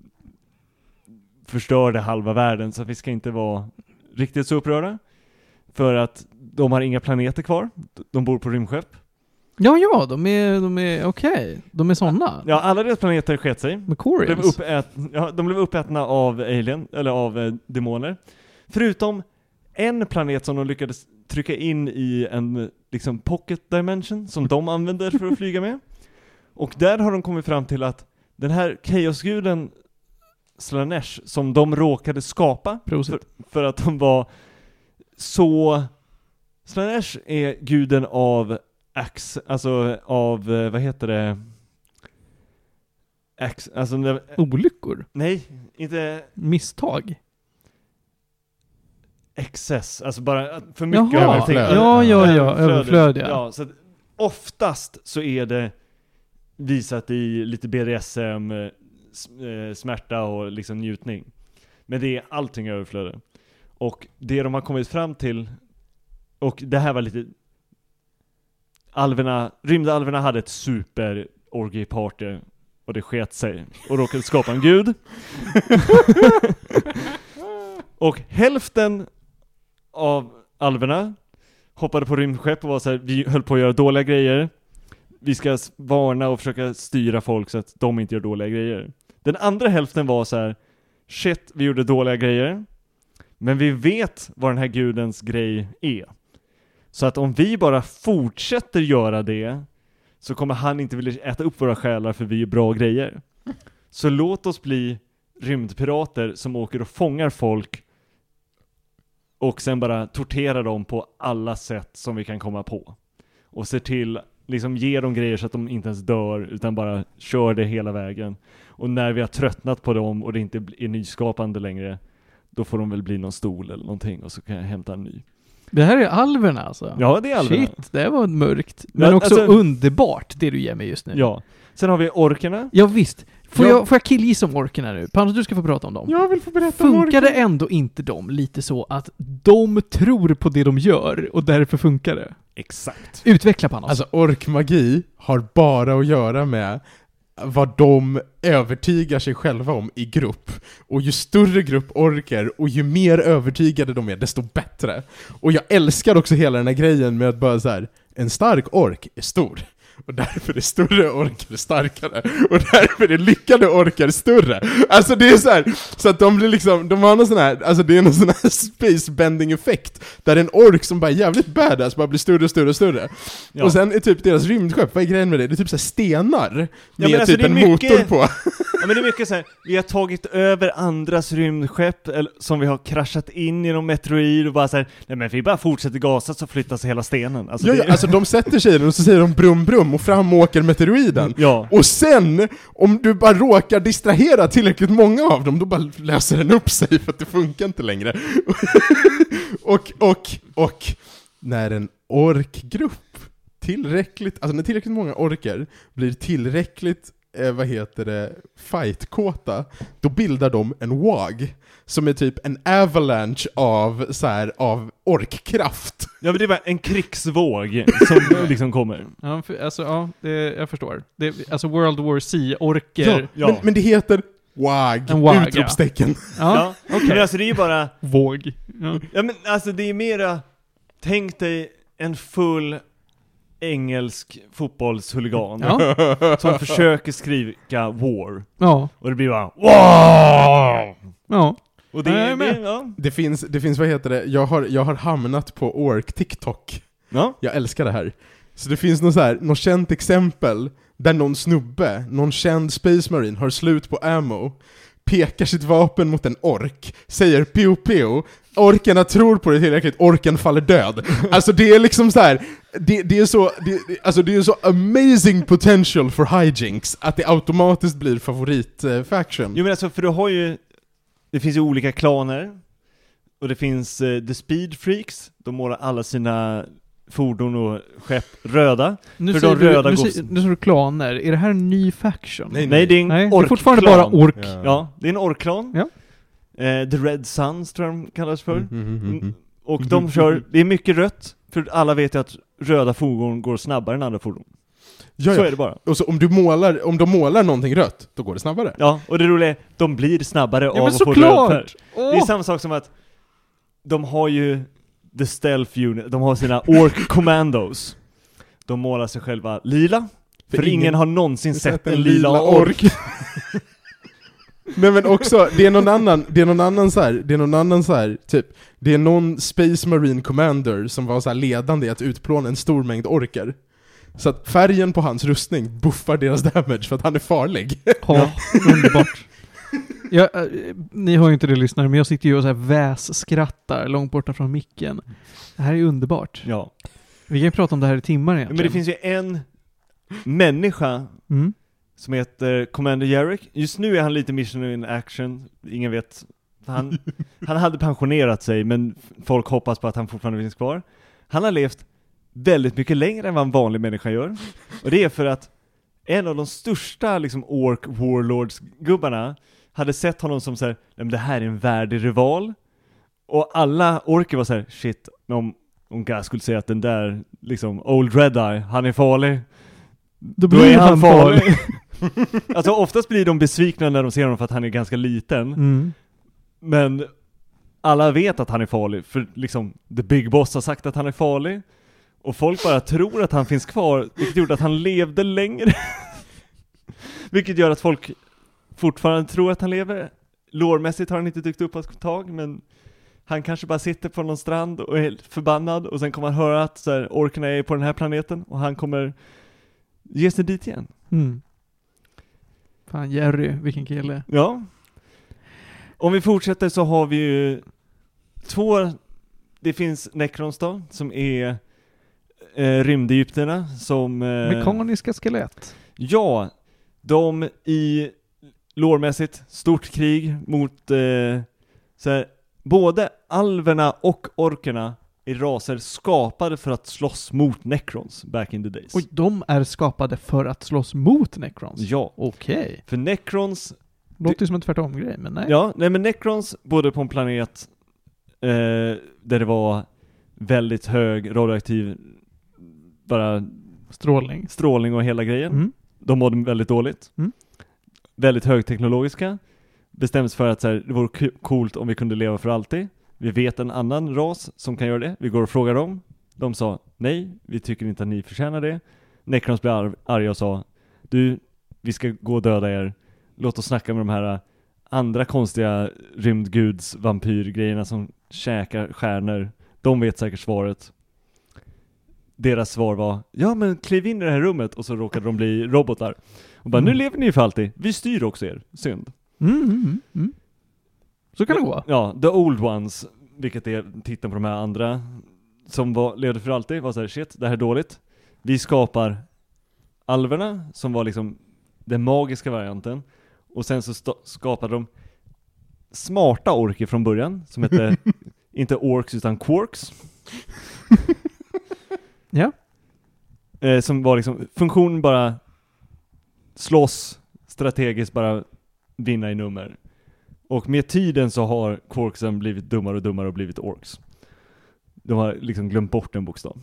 förstörde halva världen. Så vi ska inte vara riktigt så upprörda. För att de har inga planeter kvar. De bor på rymdskepp. Ja, de är okej. De är såna. Ja, alla deras planeter sket sig. Macorians. De blev uppätna av alien, eller av demoner. Förutom en planet som de lyckades trycka in i en liksom pocket dimension som de använder för att flyga med. Och där har de kommit fram till att den här chaosguden Slaanesh som de råkade skapa för att de var så... Slaanesh är guden av vad heter det? Olyckor? Nej, inte... Misstag? Excess, alltså bara för mycket. Överflöd. Ja, så oftast så är det visat i lite BDSM, smärta och liksom njutning. Men det är allting överflöd. Och det de har kommit fram till, och det här var lite... Rymdalverna hade ett super orgy-party och det sket sig och råkade skapa en gud. Och hälften av alverna hoppade på rymdskepp och var så här: vi höll på att göra dåliga grejer. Vi ska varna och försöka styra folk så att de inte gör dåliga grejer. Den andra hälften var så här: shit, vi gjorde dåliga grejer. Men vi vet vad den här gudens grej är. Så att om vi bara fortsätter göra det, så kommer han inte vilja äta upp våra själar för vi är bra grejer. Så låt oss bli rymdpirater som åker och fångar folk och sen bara torterar dem på alla sätt som vi kan komma på. Och ser till, liksom ge dem grejer så att de inte ens dör utan bara kör det hela vägen. Och när vi har tröttnat på dem och det inte är nyskapande längre, då får de väl bli någon stol eller någonting och så kan jag hämta en ny. Det här är alverna alltså? Ja, det är alverna. Shit, det var mörkt. Men också alltså, underbart det du ger mig just nu. Ja. Sen har vi orkerna. Ja visst. Får jag killgissa om orkerna nu? Panos, du ska få prata om dem. Jag vill få berätta om orkerna. Funkar det ändå inte dem lite så att de tror på det de gör och därför funkar det? Exakt. Utveckla, Panos. Alltså orkmagi har bara att göra med vad de övertygar sig själva om i grupp. Och ju större grupp orker och ju mer övertygade de är, desto bättre. Och jag älskar också hela den här grejen med att bara så här: en stark ork är stor. Och därför är större orkar starkare. Och därför är lyckade orkar större. Alltså det är så här, så att de blir liksom, de har någon sån här, alltså det är någon sån här space-bending effekt där en ork som bara är jävligt badass bara blir större och större och större. Ja. Och sen är typ deras rymdskepp, vad är grejen med det? Det är typ så här stenar med alltså typ en motor på. Ja, men det är mycket så här, vi har tagit över andras rymdskepp eller, som vi har kraschat in genom meteorid och bara så här, nej men vi bara fortsätter gasa så flyttas hela stenen. Alltså, alltså de sätter sig och så säger de brum brum och fram åker meteoroiden. Ja. Och sen, om du bara råkar distrahera tillräckligt många av dem, då bara löser den upp sig för att det funkar inte längre. och när en orkgrupp när tillräckligt många orker blir tillräckligt fightkåta, då bildar de en WAG som är typ en avalanche av orkkraft. Ja, men det är bara en krigsvåg som liksom kommer. Ja, jag förstår. Alltså World War C-orker. Ja. Men det heter WAG, utropstecken. Ja, okej. Men alltså det är ju bara våg. Ja, men alltså det är mera, tänk dig en full engelsk fotbollshuligan som försöker skrika war. Ja. Och det blir bara wow! Ja. Och det finns vad heter det? Jag har hamnat på ork TikTok. Ja. Jag älskar det här. Så det finns något känt exempel där någon känd Space Marine har slut på ammo, pekar sitt vapen mot en ork, säger pew pew, orkerna tror på det tillräckligt, orken faller död. Alltså det är liksom så här, det är så amazing potential for hijinks att det automatiskt blir favoritfaction. Jo men alltså, för det finns ju olika klaner och det finns The Speed Freaks, de målar alla sina fordon och skepp röda. Nu sa du klaner. Är det här en ny faction? Nej, det är en ork-klan. Det är fortfarande bara ork. Ja, det är en ork-klan. Ja. The Red Suns tror jag de kallas för. Och de kör, det är mycket rött, för alla vet ju att röda fordon går snabbare än andra fordon. Ja. Så är det bara. Och så om de målar någonting rött, då går det snabbare. Ja, och det roliga är, de blir snabbare av att få röd färg. Det är samma sak som att de har ju The Stealth Unit, de har sina Orc Commandos. De målar sig själva lila, för ingen har någonsin sett en lila ork. Nej men också, det är någon Space Marine Commander som var så här ledande i att utplåna en stor mängd orker. Så att färgen på hans rustning buffar deras damage för att han är farlig. Ja, underbart. Ni har ju inte det, lyssnare, men jag sitter ju och så här vässkrattar långt borta från micken. Det här är underbart. Ja. Vi kan ju prata om det här i timmar egentligen. Men det finns ju en människa som heter Commander Jarek. Just nu är han lite mission in action. Ingen vet. Han hade pensionerat sig, men folk hoppas på att han fortfarande finns kvar. Han har levt väldigt mycket längre än vad en vanlig människa gör. Och det är för att en av de största liksom ork warlords-gubbarna hade sett honom som så här, det här är en värdig rival. Och alla orker var så här, shit, om Gas skulle säga att den där liksom Old Red Eye, han är farlig. Då är han farlig. Alltså oftast blir de besvikna när de ser honom för att han är ganska liten. Men alla vet att han är farlig, för liksom The Big Boss har sagt att han är farlig. Och folk bara tror att han finns kvar, vilket gjorde att han levde längre. Vilket gör att folk fortfarande tror att han lever. Lårmässigt har han inte dykt upp på ett tag, men han kanske bara sitter på någon strand och är helt förbannad, och sen kommer han höra att så här, orkerna är på den här planeten och han kommer ge sig dit igen. Fan, Jerry, vilken kille. Ja. Om vi fortsätter så har vi ju det finns Necrons då, som är rymdegypterna som mekaniska skelett. Ja, de i lårmässigt stort krig mot så här, både alverna och orkerna är raser skapade för att slåss mot Necrons back in the days. Och de är skapade för att slåss mot Necrons? Ja. Okej. För Necrons... Låter ju som en tvärtom-grej, men nej. Ja, nej men Necrons bodde på en planet där det var väldigt hög radioaktiv bara strålning och hela grejen. Mm. De mådde väldigt dåligt. Mm. Väldigt högteknologiska. Bestäms för att så här, det vore coolt om vi kunde leva för alltid. Vi vet en annan ras som kan göra det. Vi går och frågar dem. De sa nej, vi tycker inte att ni förtjänar det. Necrons blev arga och sa du, vi ska gå och döda er. Låt oss snacka med de här andra konstiga rymdguds vampyrgrejerna som käkar stjärnor. De vet säkert svaret. Deras svar var ja men kliv in i det här rummet, och så råkade de bli robotar. Och bara nu lever ni för alltid. Vi styr också er. Synd. Så kan det gå. Ja, the old ones, vilket är titeln på de här andra som levde för alltid, var så här shit, det här är dåligt. Vi skapar alverna som var liksom den magiska varianten, och sen så skapade de smarta orker från början som hette inte orks utan quarks. Ja. Som var liksom funktion bara slåss strategiskt, bara vinna i nummer. Och med tiden så har quarksen blivit dummare och dummare och blivit orks. De har liksom glömt bort en bokstav.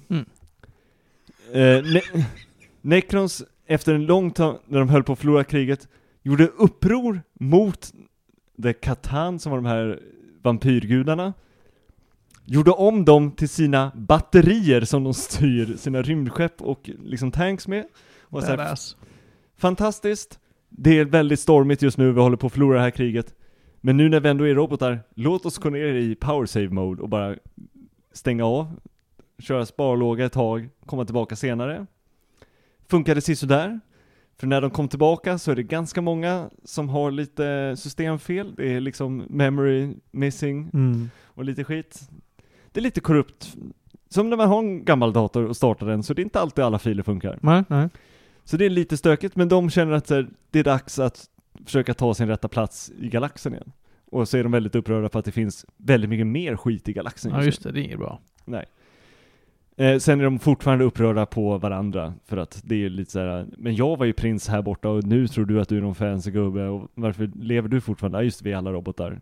Necrons efter en lång tid när de höll på att förlora kriget gjorde uppror mot The Catan som var de här vampyrgudarna. Gjorde om dem till sina batterier som de styr sina rymdskepp och liksom tanks med. Och så här, fantastiskt. Det är väldigt stormigt just nu, vi håller på att förlora det här kriget. Men nu när vi ändå är robotar, låt oss gå ner i power save mode och bara stänga av, köra sparlåga ett tag, komma tillbaka senare. Funkade sisådär. För när de kom tillbaka så är det ganska många som har lite systemfel. Det är liksom memory missing och lite skit. Det är lite korrupt. Som när man har en gammal dator och startar den, så det är inte alltid alla filer funkar. Nej. Så det är lite stökigt, men de känner att det är dags att försöka ta sin rätta plats i galaxen igen. Och så är de väldigt upprörda för att det finns väldigt mycket mer skit i galaxen. Ja just det är inget bra. Nej. Sen är de fortfarande upprörda på varandra, för att det är lite så här: men jag var ju prins här borta och nu tror du att du är någon fancy gubbe, och varför lever du fortfarande? Ja just det, vi är alla robotar.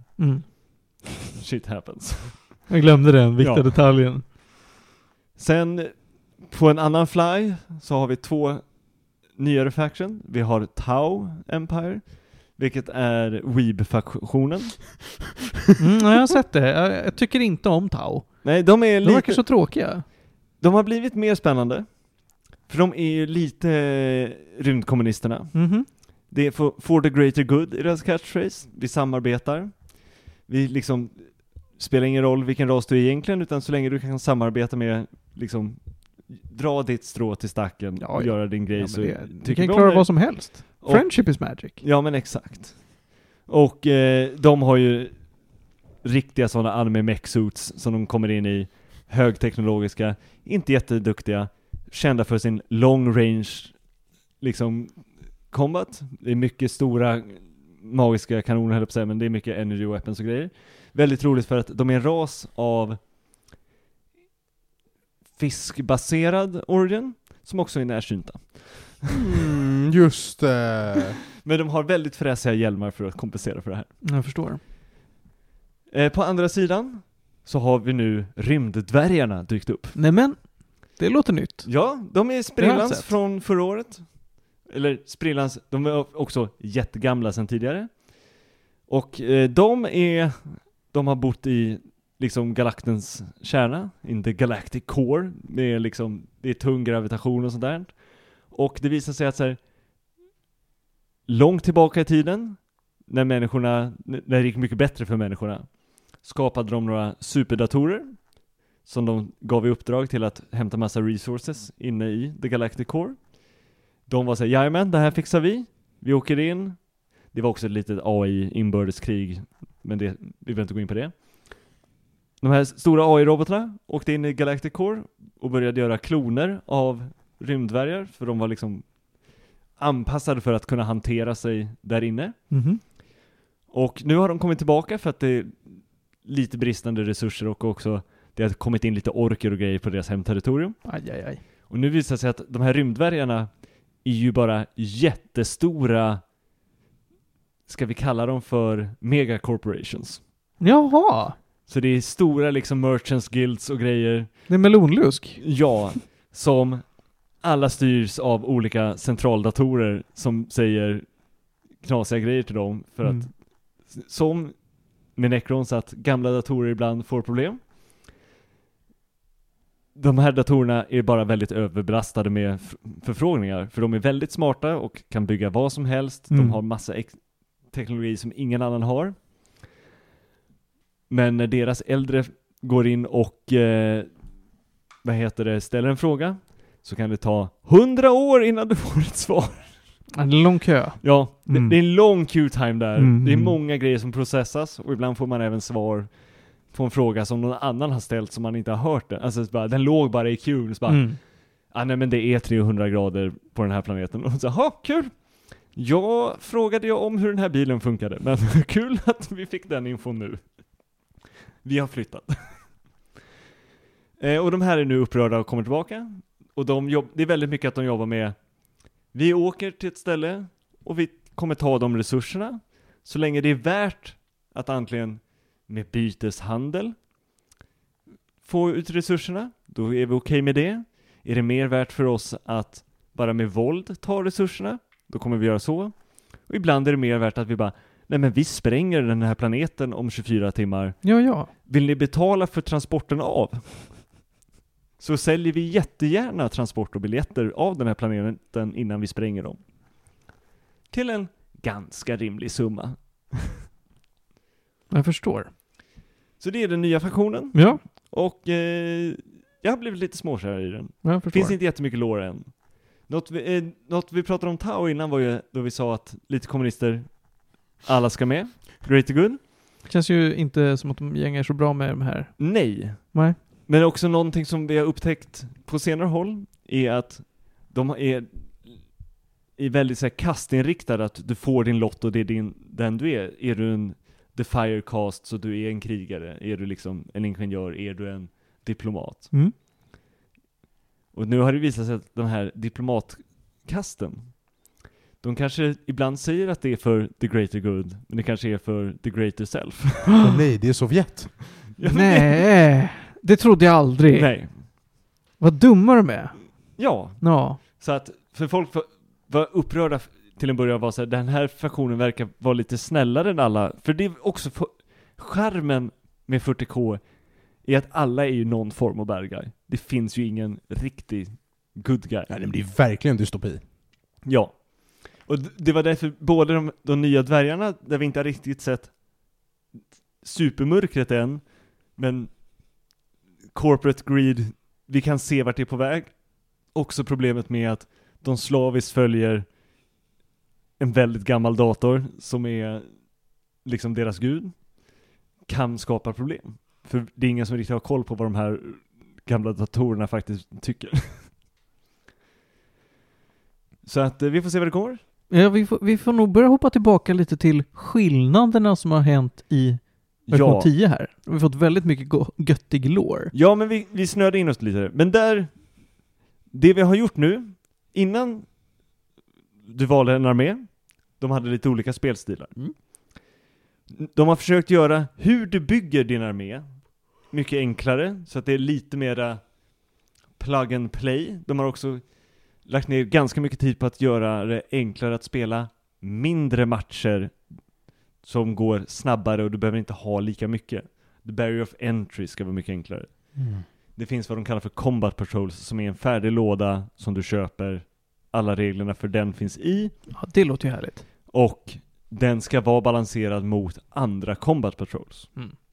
Shit happens. Jag glömde den viktiga detaljen. Sen på en annan fly så har vi 2 nyare faction. Vi har Tau Empire, vilket är Weeb-faktionen. Jag har sett det. Jag tycker inte om Tau. Nej, de verkar så tråkiga. De har blivit mer spännande. För de är ju lite rymdkommunisterna. Det är for the greater good i deras catchphrase. Vi samarbetar. Vi liksom spelar ingen roll vilken ras du är egentligen, utan så länge du kan samarbeta med liksom dra ditt strå till stacken och göra din grej, så du kan klara vad som helst. Friendship is magic. Ja men exakt. Och de har ju riktiga sådana anime mech suits som de kommer in i, högteknologiska, inte jätteduktiga, kända för sin long range liksom combat. Det är mycket stora magiska kanoner, höll jag på att säga, men det är mycket energy weapons och grejer. Väldigt roligt för att de är en ras av fiskbaserad origin som också är närsynta. Just det. Men de har väldigt fräsiga hjälmar för att kompensera för det här. Jag förstår. På andra sidan så har vi nu rymddvärgarna dykt upp. Nämen, det låter nytt. Ja, de är sprillans från förra året. Eller sprillans, de är också jättegamla sedan tidigare. Och de har bott i liksom galaktens kärna, in the galactic core. Det är tung gravitation och sånt där. Och det visar sig att så här, långt tillbaka i tiden, när det gick mycket bättre för människorna, skapade de några superdatorer som de gav i uppdrag till att hämta massa resources inne i the galactic core. De var så här, jajamän, det här fixar vi. Vi åker in. Det var också ett litet AI-inbördeskrig, men vi behöver inte gå in på det. De här stora AI-robotarna åkte in i Galactic Core och började göra kloner av rymddvärgar, för de var liksom anpassade för att kunna hantera sig där inne. Och nu har de kommit tillbaka för att lite bristande resurser och också det har kommit in lite orker och grejer på deras hemterritorium. Aj. Och nu visar det sig att de här rymdvärgarna är ju bara jättestora, ska vi kalla dem för megacorporations. Jaha! Så det är stora liksom merchants guilds och grejer. Det är melonlusk. Ja, som alla styrs av olika centraldatorer som säger knasiga grejer till dem. För att, som med Necrons, att gamla datorer ibland får problem. De här datorerna är bara väldigt överbelastade med förfrågningar. För de är väldigt smarta och kan bygga vad som helst. De har massa teknologi som ingen annan har. Men när deras äldre går in och ställer en fråga, så kan det ta 100 år innan du får ett svar. Det är en lång kö. Ja, det är en lång queue time där. Det är många grejer som processas och ibland får man även svar på en fråga som någon annan har ställt som man inte har hört det. Alltså bara, den låg bara i queue. Nej men det är 300 grader på den här planeten. Och så, kul! Jag frågade ju om hur den här bilen funkade, men kul att vi fick den infon nu. Vi har flyttat. Och de här är nu upprörda och kommer tillbaka. Och det är väldigt mycket att de jobbar med. Vi åker till ett ställe och vi kommer ta de resurserna. Så länge det är värt att antingen med byteshandel få ut resurserna, då är vi okej med det. Är det mer värt för oss att bara med våld ta resurserna, då kommer vi göra så. Och ibland är det mer värt att vi bara, nej men vi spränger den här planeten om 24 timmar. Ja. Vill ni betala för transporten av? Så säljer vi jättegärna transport och biljetter av den här planeten innan vi spränger dem. Till en ganska rimlig summa. Jag förstår. Så det är den nya faktionen. Ja. Och jag har blivit lite småkär i den. Jag förstår. Finns inte jättemycket lore än. Något vi pratade om Tau innan var ju då vi sa att lite kommunister, alla ska med. Greater good. Känns ju inte som att de gängar så bra med de här. Nej. Men också någonting som vi har upptäckt på senare håll är att de är väldigt så här kastinriktade, att du får din lott och det är den du är. Är du en The Firecast så du är en krigare? Är du liksom en ingenjör? Är du en diplomat? Och nu har det visat sig att de här diplomatkasten, de kanske ibland säger att det är för the greater good, men det kanske är för the greater self. Nej, det är Sovjet. Nej, det trodde jag aldrig. Nej. Vad dumma de är. Ja. Så att för folk var upprörda till en början, var så här, den här faktionen verkar vara lite snällare än alla. För det är också charmen med 40K är att alla är ju någon form av bad guy. Det finns ju ingen riktig good guy. Nej, men det är verkligen dystopi. Ja. Och det var därför både de nya dvärgarna, där vi inte har riktigt sett supermörkret än, men corporate greed, vi kan se vart det är på väg. Också problemet med att de slaviskt följer en väldigt gammal dator som är liksom deras gud, kan skapa problem. För det är ingen som riktigt har koll på vad de här gamla datorerna faktiskt tycker. Så att vi får se vad det går. Ja, vi får nog börja hoppa tillbaka lite till skillnaderna som har hänt i version 10 här. Vi har fått väldigt mycket göttig lore. Ja, men vi snöade in oss lite. Men det vi har gjort nu, innan du valde en armé, de hade lite olika spelstilar. De har försökt göra hur du bygger din armé mycket enklare, så att det är lite mera plug and play. De har också lagt ner ganska mycket tid på att göra det enklare att spela mindre matcher som går snabbare och du behöver inte ha lika mycket. The barrier of entry ska vara mycket enklare. Det finns vad de kallar för combat patrols, som är en färdig låda som du köper. Alla reglerna för den finns i. Ja, det låter ju härligt. Och den ska vara balanserad mot andra combat patrols.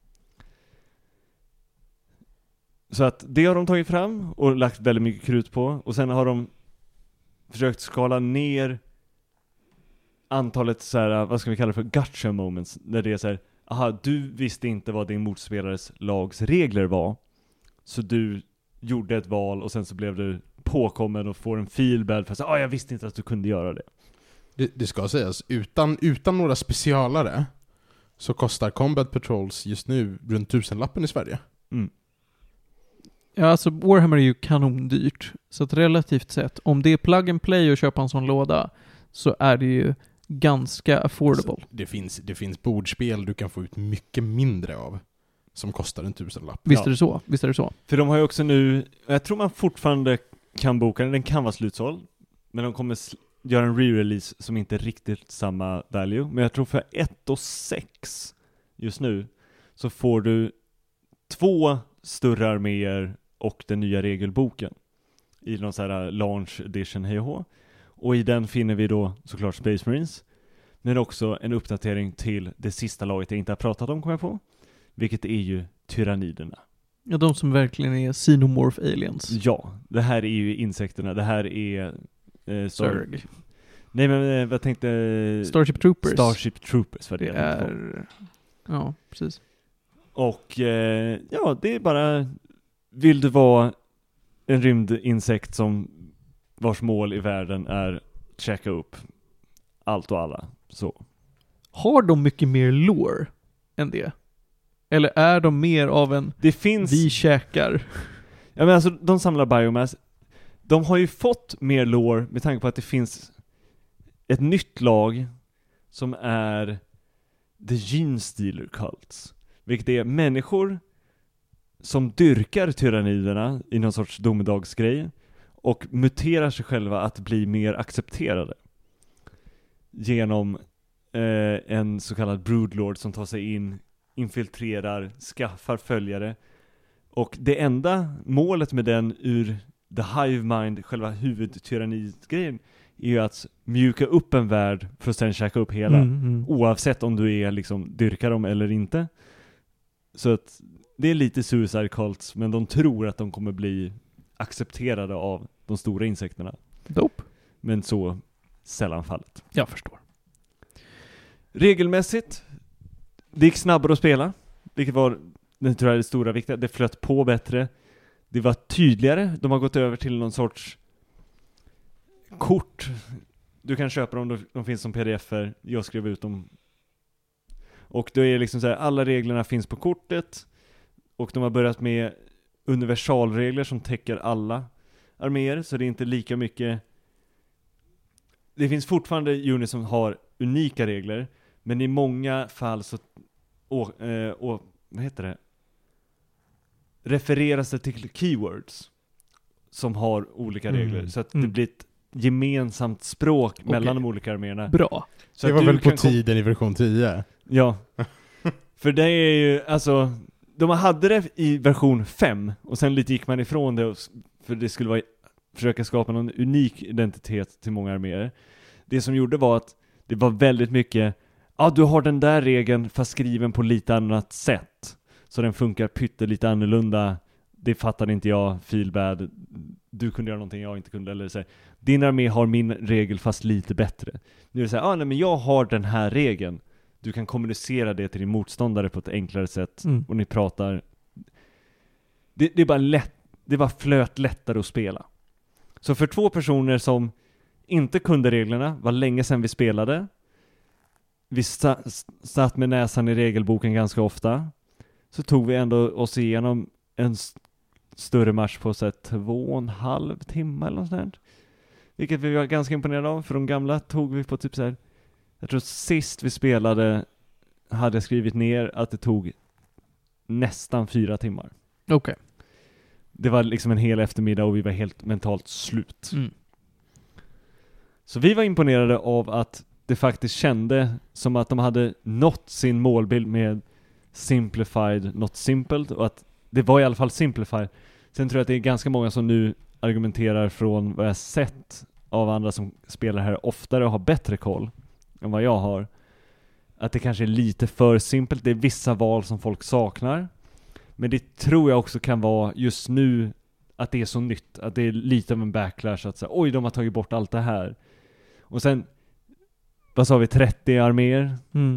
Så att det har de tagit fram och lagt väldigt mycket krut på. Och sen har de försökt skala ner antalet så här, vad ska vi kalla det för, gotcha moments, där det är så här, aha, du visste inte vad din motspelares lags regler var, så du gjorde ett val och sen så blev du påkommen och får en feelbad för att jag visste inte att du kunde göra det. Det ska sägas, utan några specialare så kostar Combat Patrols just nu runt 1000-lappen i Sverige. Mm. Ja, alltså Warhammer är ju kanondyrt. Så att relativt sett, om det är plug and play och köpa en sån låda, så är det ju ganska affordable. Alltså, det finns bordspel du kan få ut mycket mindre av som kostar en 1000-lapp. Visst är det så? Visst är det så? För de har ju också nu, jag tror man fortfarande kan boka den kan vara slutsåld, men de kommer göra en re-release som inte är riktigt samma value. Men jag tror för 1,6 just nu så får du 2 större arméer och den nya regelboken i någon sån här launch edition hej och hå. Och i den finner vi då såklart Space Marines, men också en uppdatering till det sista laget jag inte har pratat om, kommer jag på. Vilket är ju tyranniderna. Ja, de som verkligen är xenomorph aliens. Ja, det här är ju insekterna. Det här är Zerg. Nej, men vad tänkte Starship Troopers. Starship Troopers var det är... Ja, precis. Och ja, det är bara, vill du vara en rymdinsekt som vars mål i världen är att checka upp allt och alla, så. Har de mycket mer lore än det? Eller är de mer av en det finns... vi käkar? Ja, men alltså, de samlar biomass. De har ju fått mer lore med tanke på att det finns ett nytt lag som är The Gene Stealer Cults. Vilket är människor som dyrkar tyranniderna i någon sorts domedagsgrej och muterar sig själva att bli mer accepterade genom en så kallad broodlord som tar sig in, infiltrerar, skaffar följare. Och det enda målet med den ur The Hive Mind, själva huvudtyrannigrejen, är ju att mjuka upp en värld för att sen käka upp hela. Oavsett om du är liksom dyrkar dem eller inte. Så att det är lite suicide cults, men de tror att de kommer bli accepterade av de stora insekterna. Dope. Men så sällan fallet. Jag förstår. Regelmässigt, det gick snabbare att spela. Vilket var, det tror jag är det stora viktiga. Det flöt på bättre. Det var tydligare. De har gått över till någon sorts kort. Du kan köpa dem, de finns som pdf-er. Jag skrev ut dem. Och då är det liksom så här, alla reglerna finns på kortet. Och de har börjat med universalregler som täcker alla arméer. Så det är inte lika mycket. Det finns fortfarande units som har unika regler. Men i många fall så vad heter det? Refereras det till keywords som har olika regler. Så att det blir ett gemensamt språk mellan de olika arméerna. Bra. Så det var väl på tiden i version 10? Ja. För det är ju, alltså, de hade det i version 5 och sen lite gick man ifrån det för det skulle vara försöka skapa någon unik identitet till många arméer. Det som gjorde var att det var väldigt mycket, ja, du har den där regeln fast skriven på lite annat sätt. Så den funkar lite annorlunda. Det fattade inte jag, feel bad. Du kunde göra någonting jag inte kunde. Eller så här, din armé har min regel fast lite bättre. Nu är det så här, nej, men jag har den här regeln. Du kan kommunicera det till din motståndare på ett enklare sätt. Och ni pratar. Det är bara lätt. Det var flöt lättare att spela. Så för 2 personer som inte kunde reglerna, var länge sedan vi spelade. Vi satt med näsan i regelboken ganska ofta. Så tog vi ändå oss igenom en större match på 2,5 timmar eller något sånt. Vilket vi var ganska imponerade av. För de gamla tog vi på typ så här. Jag tror sist vi spelade hade jag skrivit ner att det tog nästan 4 timmar. Okej. Det var liksom en hel eftermiddag och vi var helt mentalt slut. Så vi var imponerade av att det faktiskt kände som att de hade nått sin målbild med simplified, not simpled, och att det var i alla fall simplified. Sen tror jag att det är ganska många som nu argumenterar från vad jag sett av andra som spelar här oftare och har bättre koll än vad jag har, att det kanske är lite för simpelt. Det är vissa val som folk saknar, men det tror jag också kan vara just nu att det är så nytt, att det är lite av en backlash att säga, oj, de har tagit bort allt det här. Och sen, vad sa vi, 30 arméer?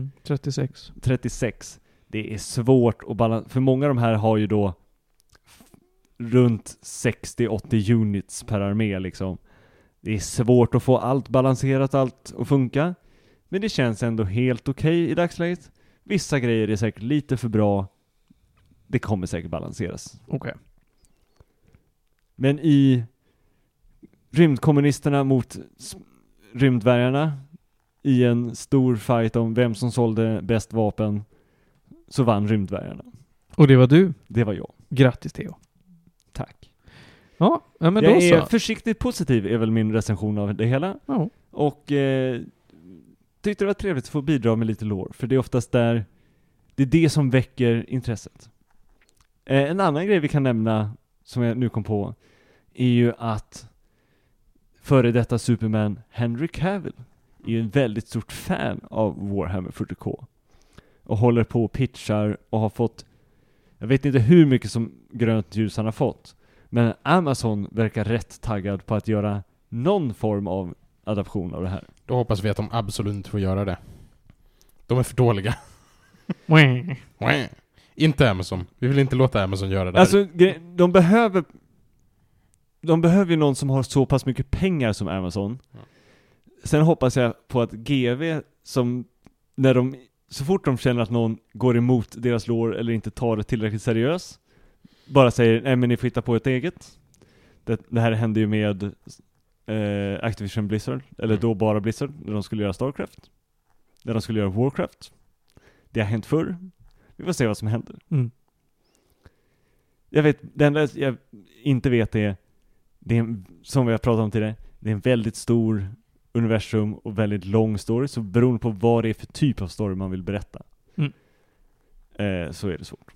36. Det är svårt att balansera, för många av de här har ju då runt 60-80 units per armé liksom. Det är svårt att få allt balanserat, allt att funka. Men det känns ändå helt okej i dagsläget. Vissa grejer är säkert lite för bra. Det kommer säkert balanseras. Okej. Men i rymdkommunisterna mot rymdvärjarna i en stor fight om vem som sålde bäst vapen, så vann rymdvärjarna. Och det var du? Det var jag. Grattis Theo. Tack. Ja, men jag då är så. försiktigt positiv är väl min recension av det hela. Ja. Och tyckte det var trevligt att få bidra med lite lore. För det är oftast där det är det som väcker intresset. En annan grej vi kan nämna som jag nu kom på är ju att före detta Superman Henry Cavill är ju en väldigt stort fan av Warhammer 40K. Och håller på och pitchar och har fått, jag vet inte hur mycket som grönt ljus han har fått. Men Amazon verkar rätt taggad på att göra någon form av adaption av det här. Då hoppas vi att de absolut inte får göra det. De är för dåliga. Inte Amazon. Vi vill inte låta Amazon göra det här. Alltså, de behöver ju någon som har så pass mycket pengar som Amazon. Ja. Sen hoppas jag på att GV som så fort de känner att någon går emot deras lore eller inte tar det tillräckligt seriöst, bara säger, nej men ni får hitta på ett eget. Det här hände ju med Activision Blizzard, eller då bara Blizzard, när de skulle göra Starcraft. När de skulle göra Warcraft. Det har hänt förr. Vi får se vad som händer. Mm. Det enda jag inte vet är som vi har pratat om tidigare, det är en väldigt stor universum och väldigt lång story, så beroende på vad det är för typ av story man vill berätta så är det svårt.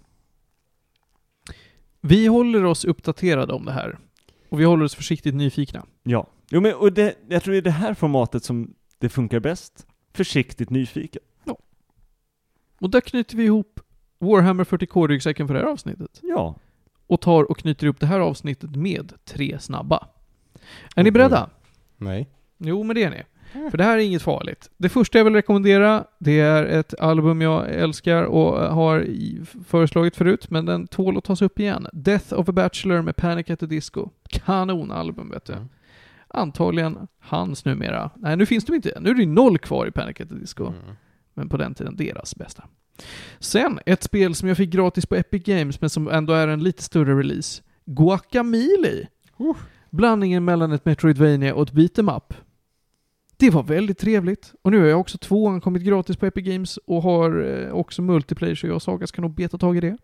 Vi håller oss uppdaterade om det här och vi håller oss försiktigt nyfikna. Ja, jag tror det är det här formatet som det funkar bäst. Försiktigt nyfiken. Ja. Och där knyter vi ihop Warhammer 40K-ryggsäcken för det här avsnittet. Ja. Och tar och knyter upp det här avsnittet med 3 snabba. Är ni beredda? Nej. Jo, men det är ni. För det här är inget farligt. Det första jag vill rekommendera, det är ett album jag älskar och har föreslagit förut, men den tål att tas upp igen. Death of a Bachelor med Panic at the Disco. Kanonalbum, vet du. Antagligen hans numera. Nej, nu finns de inte. Nu är det 0 kvar i Panic at the Disco. Men på den tiden deras bästa. Sen, ett spel som jag fick gratis på Epic Games, men som ändå är en lite större release. Guacamelee. Blandningen mellan ett Metroidvania och ett beat'em up. Det var väldigt trevligt. Och nu har jag också 2 kommit gratis på Epic Games och har också multiplayer, så jag och Sagas kan nog beta tag i det.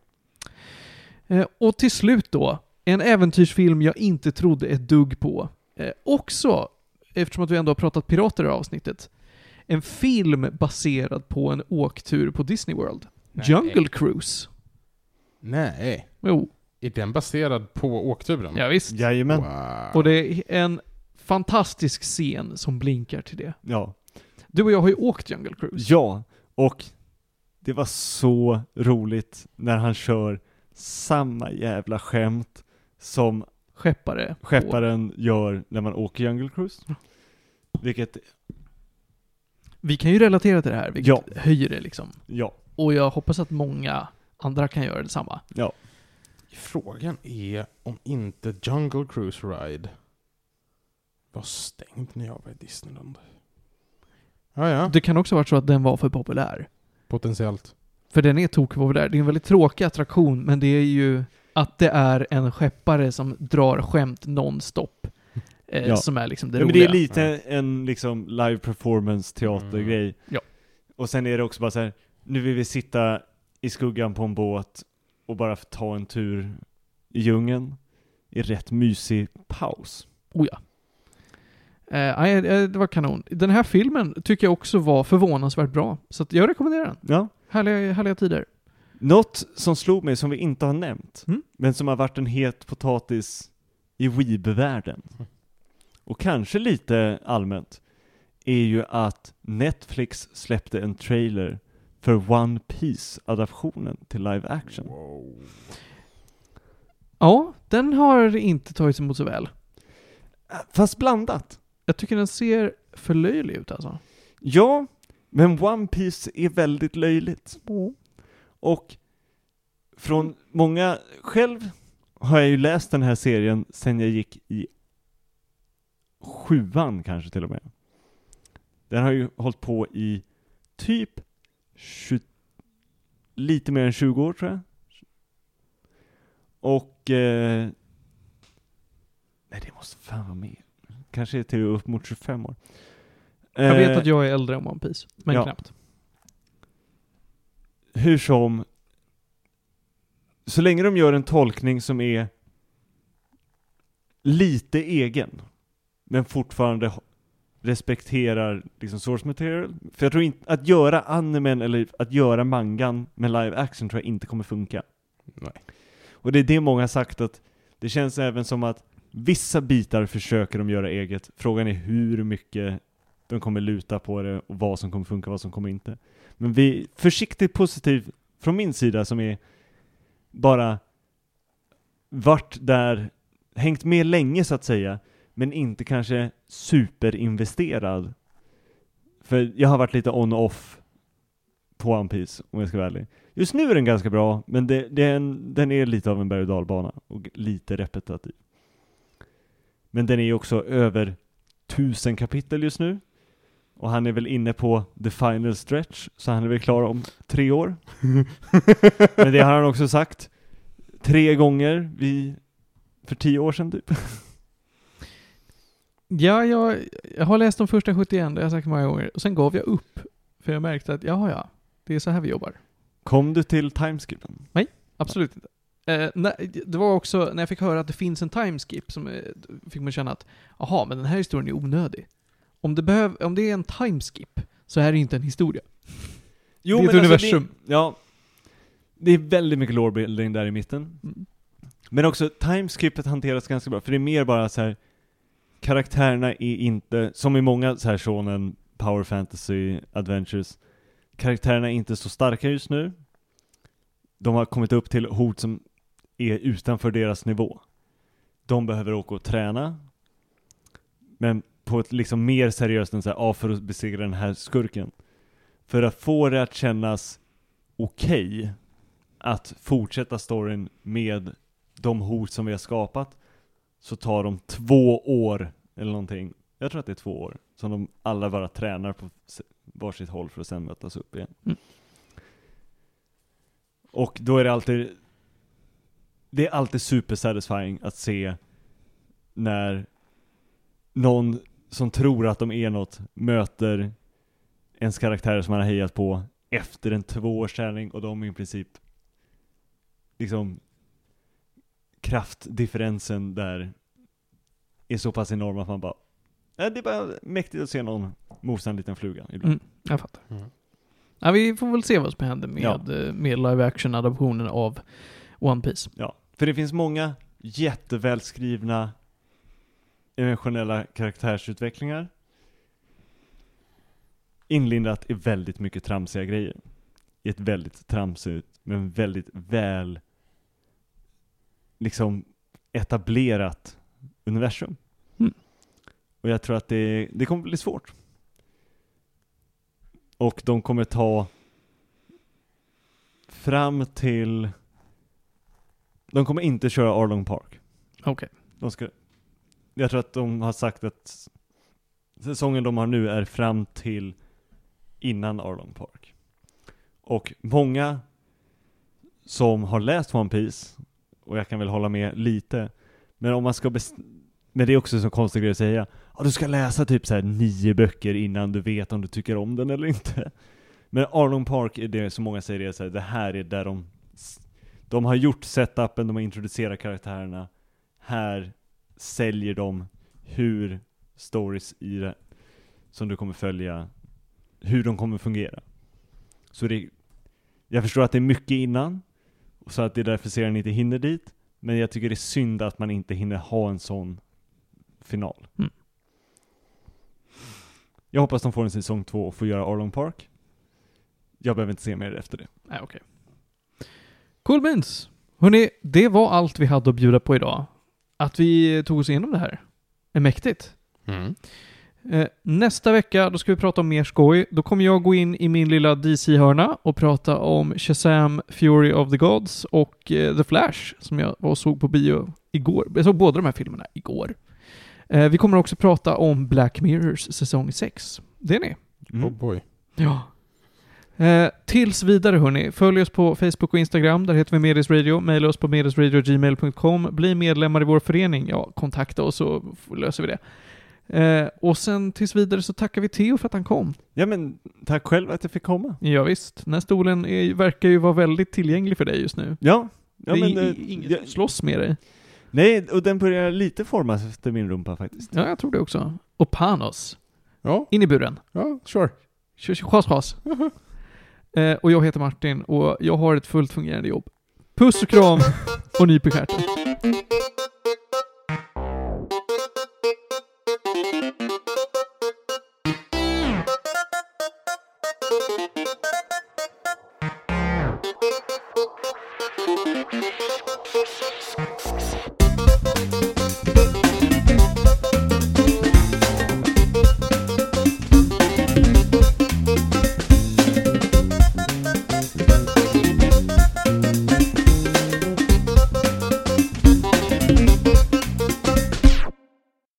Och till slut då, en äventyrsfilm jag inte trodde ett dugg på. Också, eftersom att vi ändå har pratat pirater i avsnittet, en film baserad på en åktur på Disney World. Nej. Jungle Cruise. Nej. Jo. Är den baserad på åkturen? Ja, visst. Jajamän. Wow. Och det är en fantastisk scen som blinkar till det. Ja. Du och jag har ju åkt Jungle Cruise. Ja, och det var så roligt när han kör samma jävla skämt som skepparen gör när man åker Jungle Cruise. Vilket... Vi kan ju relatera till det här, vilket höjer det liksom. Ja. Och jag hoppas att många andra kan göra detsamma. Ja. Frågan är om inte Jungle Cruise Ride var stängd när jag var i Disneyland. Ja. Det kan också vara så att den var för populär. Potentiellt. För den är tokpopulär. Det är en väldigt tråkig attraktion, men det är ju att det är en skeppare som drar skämt non-stop. Som är liksom det roliga. Men det är lite en liksom live performance teatergrej. Ja. Och sen är det också bara så här, nu vill vi sitta i skuggan på en båt och bara ta en tur i djungeln i rätt mysig paus. Oh ja. Det var kanon. Den här filmen tycker jag också var förvånansvärt bra. Så att jag rekommenderar den. Ja. Härliga tider. Något som slog mig som vi inte har nämnt, men som har varit en het potatis i Weeb-världen. Och kanske lite allmänt, är ju att Netflix släppte en trailer för One Piece-adaptionen till live action. Wow. Ja, den har inte tagits emot så väl. Fast blandat. Jag tycker den ser för löjlig ut alltså. Ja, men One Piece är väldigt löjligt. Och från många... Själv har jag ju läst den här serien sen jag gick i 7:an kanske till och med. Den har ju hållit på i typ lite mer än 20 år tror jag. Och nej, det måste fan vara mer. Kanske till upp mot 25 år. Jag vet att jag är äldre än One Piece, men knappt. Hur som, så länge de gör en tolkning som är lite egen, men fortfarande respekterar liksom source material. För jag tror inte att göra animen eller att göra mangan med live action tror jag inte kommer funka. Nej. Och det är det många har sagt, att det känns även som att vissa bitar försöker de göra eget. Frågan är hur mycket de kommer luta på det och vad som kommer funka, vad som kommer inte. Men vi försiktigt positiv från min sida, som är bara vart där, hängt med länge så att säga, men inte kanske superinvesterad. För jag har varit lite on-off på One Piece, om jag ska vara ärlig. Just nu är den ganska bra, men den är lite av en berg- och dalbana och lite repetitiv. Men den är ju också över 1000 kapitel just nu. Och han är väl inne på the final stretch, så han är väl klar om 3 år. Men det har han också sagt 3 gånger för 10 år sedan typ. Ja, jag har läst de första 71, det har jag sagt många gånger. Och sen gav jag upp. För jag märkte att, det är så här vi jobbar. Kom du till timeskippen? Nej, absolut inte. Det var också när jag fick höra att det finns en timeskip som fick man känna att, men den här historien är onödig. Om det är en timeskip så är det inte en historia. Jo, det är ett universum. Det är väldigt mycket lore-building där i mitten. Mm. Men också timeskippet hanteras ganska bra. För det är mer bara så här, karaktärerna är inte, som i många så här shonen power fantasy adventures, karaktärerna är inte så starka just nu. De har kommit upp till hot som är utanför deras nivå. De behöver åka och träna. Men på ett liksom mer seriöst än så här, för att besegra den här skurken. För att få det att kännas okej att fortsätta storyn med de hot som vi har skapat, så tar de 2 år eller någonting. Jag tror att det är 2 år som de alla bara tränar på varsitt håll för att sen mötas upp igen. Mm. Och då är det är alltid super satisfying att se när någon som tror att de är något möter ens karaktär som man har hejat på efter en 2-årsträning, och de i princip liksom kraftdifferensen där är så pass enorm att man bara, det är bara mäktigt att se någon mosa en liten fluga ibland. Jag fattar. Ja, vi får väl se vad som händer med live action adaptionen av One Piece. Ja, för det finns många jättevälskrivna emotionella karaktärsutvecklingar inlindat i väldigt mycket tramsiga grejer. I ett väldigt tramsigt men väldigt väl liksom etablerat universum. Och jag tror att det kommer bli svårt. Och de kommer ta fram till, de kommer inte köra Arlong Park. Okej. Jag tror att de har sagt att säsongen de har nu är fram till innan Arlong Park. Och många som har läst One Piece, och jag kan väl hålla med lite, men om man ska men det är också så konstigt att säga, du ska läsa typ så här 9 böcker innan du vet om du tycker om den eller inte. Men Arlong Park är det som många säger, så här, det här är där de har gjort setupen, de har introducerat karaktärerna. Här säljer de hur stories i det som du kommer följa, hur de kommer fungera. Så jag förstår att det är mycket innan, så att det är därför serien inte hinner dit. Men jag tycker det är synd att man inte hinner ha en sån final. Jag hoppas de får en säsong 2 och får göra Arlong Park. Jag behöver inte se mer efter det. Nej, okej. Cool beans. Hörrni, det var allt vi hade att bjuda på idag. Att vi tog oss igenom det här är mäktigt. Nästa vecka, då ska vi prata om mer skoj. Då kommer jag gå in i min lilla DC-hörna och prata om Shazam, Fury of the Gods och The Flash, som jag var och såg på bio igår. Jag såg båda de här filmerna igår. Vi kommer också prata om Black Mirrors säsong 6. Det är ni. Oh boy. Ja. Tills vidare hörni, följ oss på Facebook och Instagram, där heter vi Medis Radio, mejla oss på medisradio@gmail.com, bli medlemmar i vår förening, ja, kontakta oss så löser vi det. Och sen tills vidare så tackar vi Theo för att han kom. Ja men, tack själv att jag fick komma. Ja visst, den här stolen verkar ju vara väldigt tillgänglig för dig just nu. Ja det är ingen som slåss med dig. Nej, och den börjar lite formas efter min rumpa faktiskt. Ja, jag tror det också. Och Panos. Ja. In i buren. Ja, sure. Chas. Och jag heter Martin och jag har ett fullt fungerande jobb. Puss och kram och nyp i stjärten.